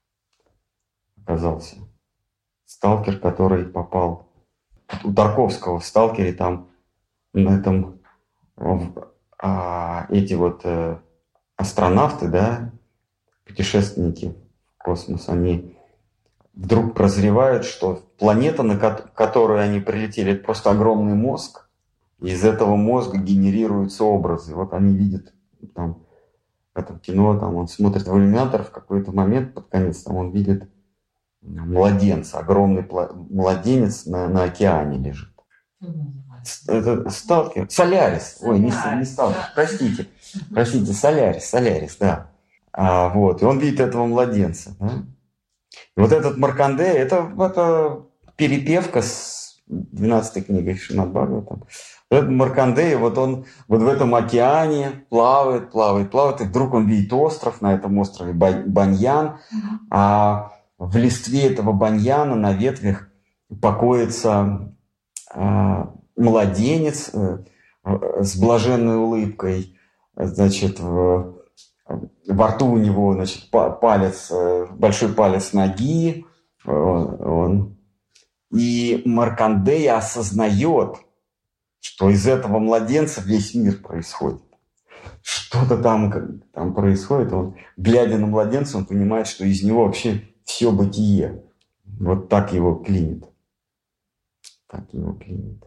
оказался. Сталкер, который попал... У Тарковского в «Сталкере» там на этом... А, эти вот э, астронавты, да, путешественники в космос, они вдруг прозревают, что планета, на ко- которую они прилетели, это просто огромный мозг. И из этого мозга генерируются образы. Вот они видят там, в этом кино, там, он смотрит в иллюминатор, в какой-то момент, под конец, там, он видит младенца, огромный пла- младенец на, на океане лежит. Это сталкер. Солярис. Ой, не, не сталкер. Простите. Простите, Солярис. Солярис, да. А, вот. И он видит этого младенца. Да? И вот этот Маркандей, это, это перепевка с двенадцатой книгой Шримад Бхагаватам. Этот Маркандей, вот он вот в этом океане плавает, плавает, плавает, и вдруг он видит остров, на этом острове баньян, а в листве этого баньяна на ветвях покоится а, младенец а, с блаженной улыбкой, значит, в, во рту у него, значит, палец, большой палец ноги, он, он. И Маркандей осознает, что из этого младенца весь мир происходит. Что-то там, там происходит. Он, глядя на младенца, он понимает, что из него вообще все бытие. Вот так его клинит. Так его клинит.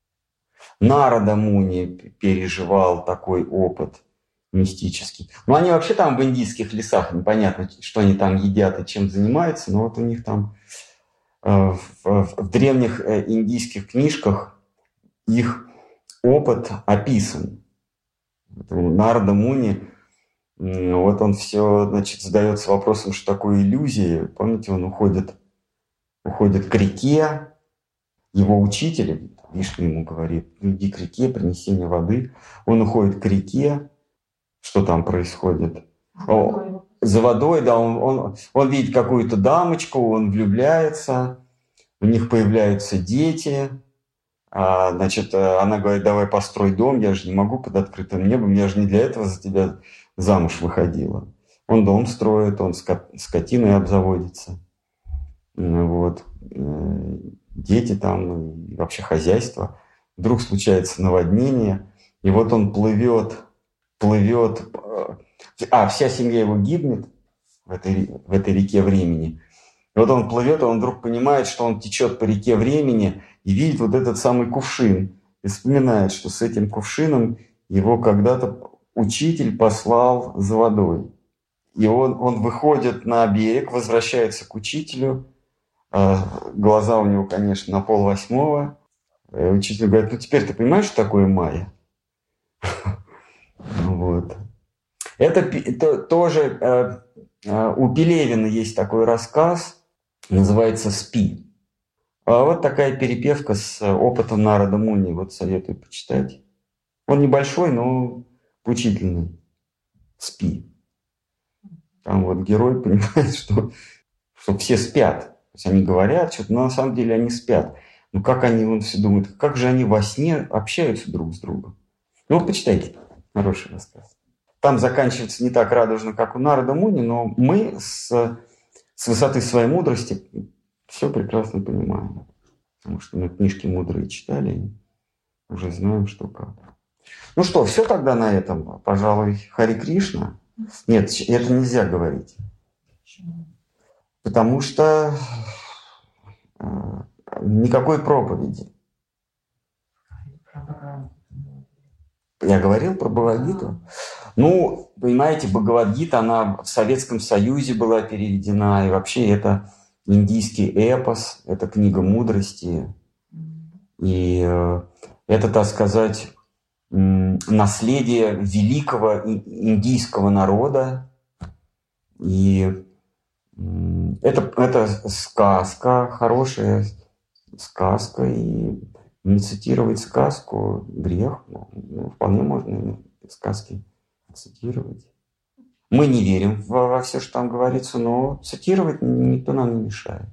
Нарада Муни переживал такой опыт мистический. Ну, они вообще там в индийских лесах, непонятно, что они там едят и чем занимаются, но вот у них там э, в, в, в древних э, индийских книжках их опыт описан. Нарада Муни, вот он все, значит, задается вопросом, что такое иллюзия. Помните, он уходит, уходит к реке, его учитель, Вишну ему говорит, иди к реке, принеси мне воды. Он уходит к реке, что там происходит? О, за водой, да, он, он, он видит какую-то дамочку, он влюбляется, у них появляются дети, А, значит, она говорит, давай построй дом, я же не могу под открытым небом, я же не для этого за тебя замуж выходила. Он дом строит, он скотиной обзаводится. Вот. Дети там, вообще хозяйство. Вдруг случается наводнение, и вот он плывет, плывет, а вся семья его гибнет в этой, в этой реке времени. И вот он плывет, и он вдруг понимает, что он течет по реке времени и видит вот этот самый кувшин. И вспоминает, что с этим кувшином его когда-то учитель послал за водой. И он, он выходит на берег, возвращается к учителю. Глаза у него, конечно, на полвосьмого. Учитель говорит, ну теперь ты понимаешь, что такое майя? Вот. Это, это тоже у Пелевина есть такой рассказ, называется «Спи». Вот такая перепевка с опытом Нарада Муни, вот советую почитать. Он небольшой, но поучительный. «Спи». Там вот герой понимает, что, что все спят. То есть они говорят что-то, но на самом деле они спят. Ну как они, он все думает, как же они во сне общаются друг с другом. Ну вот почитайте, хороший рассказ. Там заканчивается не так радужно, как у Нарада Муни, но мы с, с высоты своей мудрости все прекрасно понимаем. Потому что мы книжки мудрые читали и уже знаем, что как. Ну что, все тогда на этом, пожалуй, Хари Кришна. Нет, это нельзя говорить. Потому что э, никакой проповеди. Я говорил про Бхагавад-гиту? Ну, понимаете, Бхагавад-гита, она в Советском Союзе была переведена, и вообще это индийский эпос, это книга мудрости. И э, это, так сказать, наследие великого индийского народа. И это, это сказка, хорошая сказка. И не цитировать сказку – грех. Ну, вполне можно сказки цитировать. Мы не верим во, во все, что там говорится, но цитировать никто нам не мешает.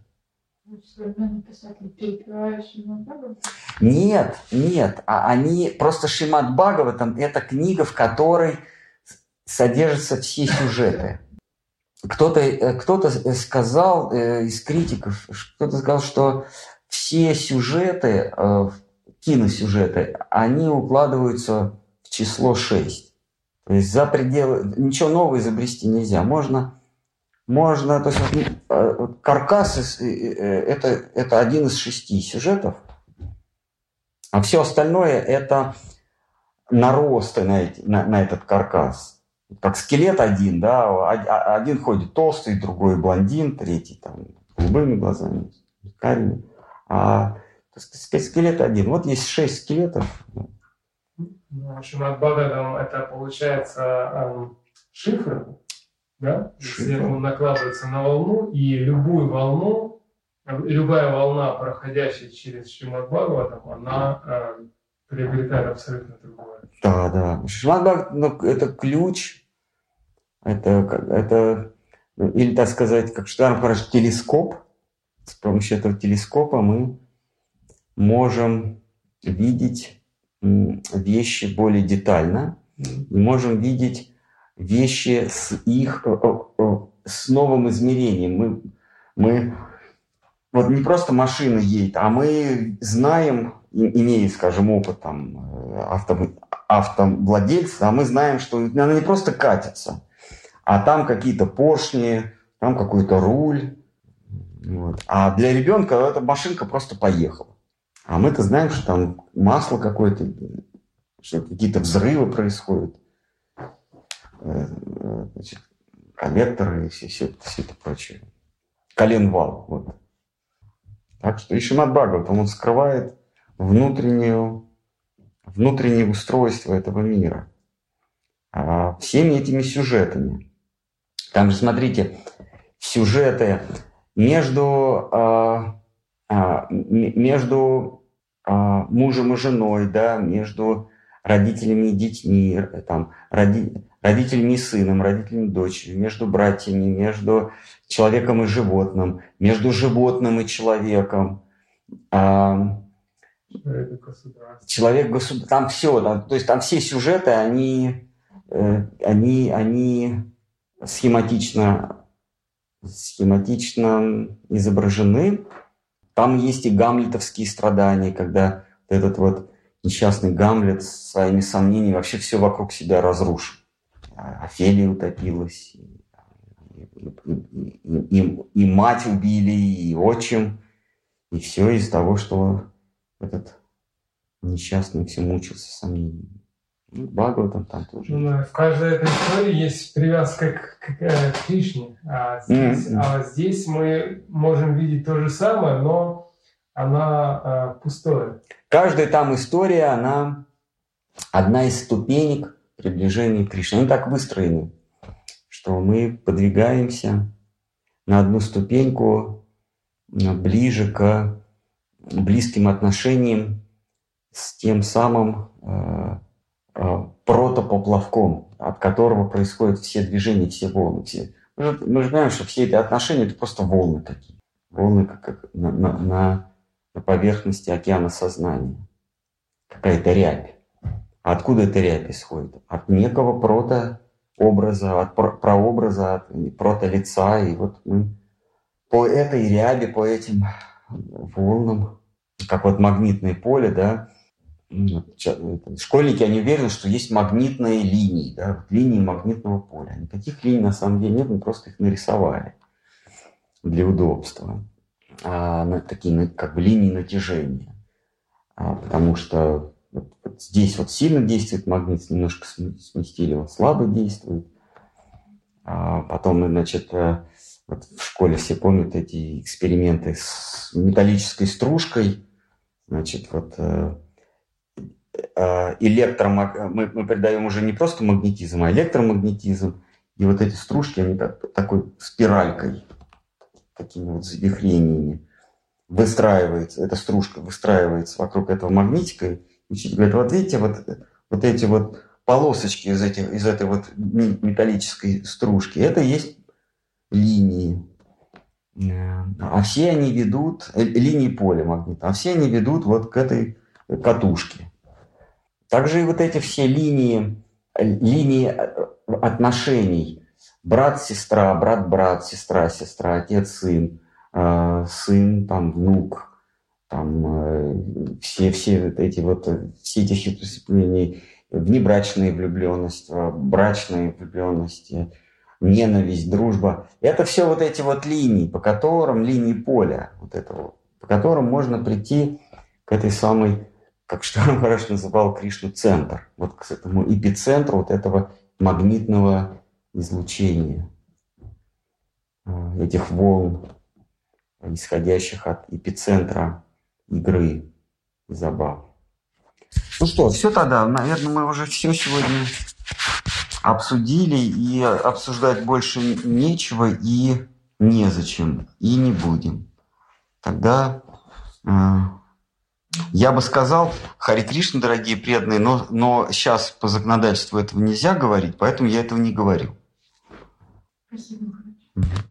Нет, нет, а они просто Шримад Бхагаватам — это книга, в которой содержатся все сюжеты. Кто-то, кто-то сказал э, из критиков, кто-то сказал, что все сюжеты, э, киносюжеты, они укладываются в число шесть. То есть за пределы, ничего нового изобрести нельзя. Можно Можно, то есть вот, каркас это, это один из шести сюжетов, а все остальное это наросты на, эти, на, на этот каркас. Как скелет один, да, один ходит толстый, другой блондин, третий там голубыми глазами, карими, а скелет один. Вот есть шесть скелетов. Шримад Бхагаватам это получается шифр. Да? Сверху накладывается на волну, и любую волну, любая волна, проходящая через Шримад Бхагаватам, она э, приобретает абсолютно другое. Да, да. Шримад Бхагаватам, ну, это ключ, это, это, или, так сказать, как Шрила Махарадж, телескоп. С помощью этого телескопа мы можем видеть вещи более детально, и можем видеть вещи с их, с новым измерением. Мы, мы вот не просто машина едет, а мы знаем, имея, скажем, опыт там, авто, автовладельца, а мы знаем, что она не просто катится, а там какие-то поршни, там какой-то руль. Вот. А для ребенка эта машинка просто поехала. А мы-то знаем, что там масло какое-то, что какие-то взрывы происходят. Значит, коллекторы и все, все, все это прочее. Коленвал. Вот. Так что и Шримад Бхагаватам, он скрывает внутреннюю, внутреннее устройство этого мира. А всеми этими сюжетами. Там же, смотрите, сюжеты между, а, а, между а, мужем и женой, да, между родителями и детьми, там, роди, родителями и сыном, родителями и дочерью, между братьями, между человеком и животным, между животным и человеком. Человек государство. Там все, там, то есть там все сюжеты, они, э, они, они схематично, схематично изображены. Там есть и гамлетовские страдания, когда этот вот несчастный Гамлет с своими сомнениями вообще все вокруг себя разрушил. Офелия утопилась, и, и, и, и мать убили, и отчим, и все из того, что этот несчастный все мучился сомнениями. Ну, Бхагаватам там тоже. Ну, в каждой этой истории есть привязка к, к, к Кришне, а здесь, mm-hmm. а здесь мы можем видеть то же самое, но она а, пустая. Каждая там история, она одна из ступенек приближения к Кришне. Они так выстроены, что мы подвигаемся на одну ступеньку ближе к близким отношениям с тем самым э, э, протопоплавком, от которого происходят все движения, все волны. Все. Мы, же, мы же знаем, что все эти отношения – это просто волны такие. Волны как, как на, на, на, на поверхности океана сознания. Какая-то рябь. А откуда эта рябь исходит? От некого протообраза, от про- прообраза, от протолица. И вот мы по этой ряби, по этим волнам, как вот магнитное поле, да, школьники, они уверены, что есть магнитные линии, да, линии магнитного поля. Никаких линий на самом деле нет, мы просто их нарисовали для удобства. А, такие как бы линии натяжения. А, потому что вот, вот здесь вот сильно действует магнит, немножко сместили, вот слабо действует. А потом, значит, вот в школе все помнят эти эксперименты с металлической стружкой. Значит, вот электромаг... мы, мы придаем уже не просто магнетизм, а электромагнетизм. И вот эти стружки, они так, такой спиралькой, такими вот завихрениями выстраивается, эта стружка выстраивается вокруг этого магнитика. Учитель говорит, вот видите, вот, вот эти вот полосочки из, этих, из этой вот металлической стружки, это и есть линии. А все они ведут, линии поля магнита, а все они ведут вот к этой катушке. Также и вот эти все линии, линии отношений, брат-сестра, брат-брат, сестра-сестра, отец-сын, сын, там, внук, там, все, все эти вот, все эти хитросплетения, внебрачные влюбленности, брачные влюбленности, ненависть, дружба. Это все вот эти вот линии, по которым, линии поля, вот этого, по которым можно прийти к этой самой, как Штарм Махарадж называл Кришну, центр, вот к этому эпицентру вот этого магнитного излучения, этих волн, исходящих от эпицентра игры и забав. Ну что, все тогда, наверное, мы уже все сегодня обсудили, и обсуждать больше нечего, и незачем, и не будем. Тогда э, я бы сказал, Харе Кришна, дорогие преданные, но, но сейчас по законодательству этого нельзя говорить, поэтому я этого не говорю. Спасибо.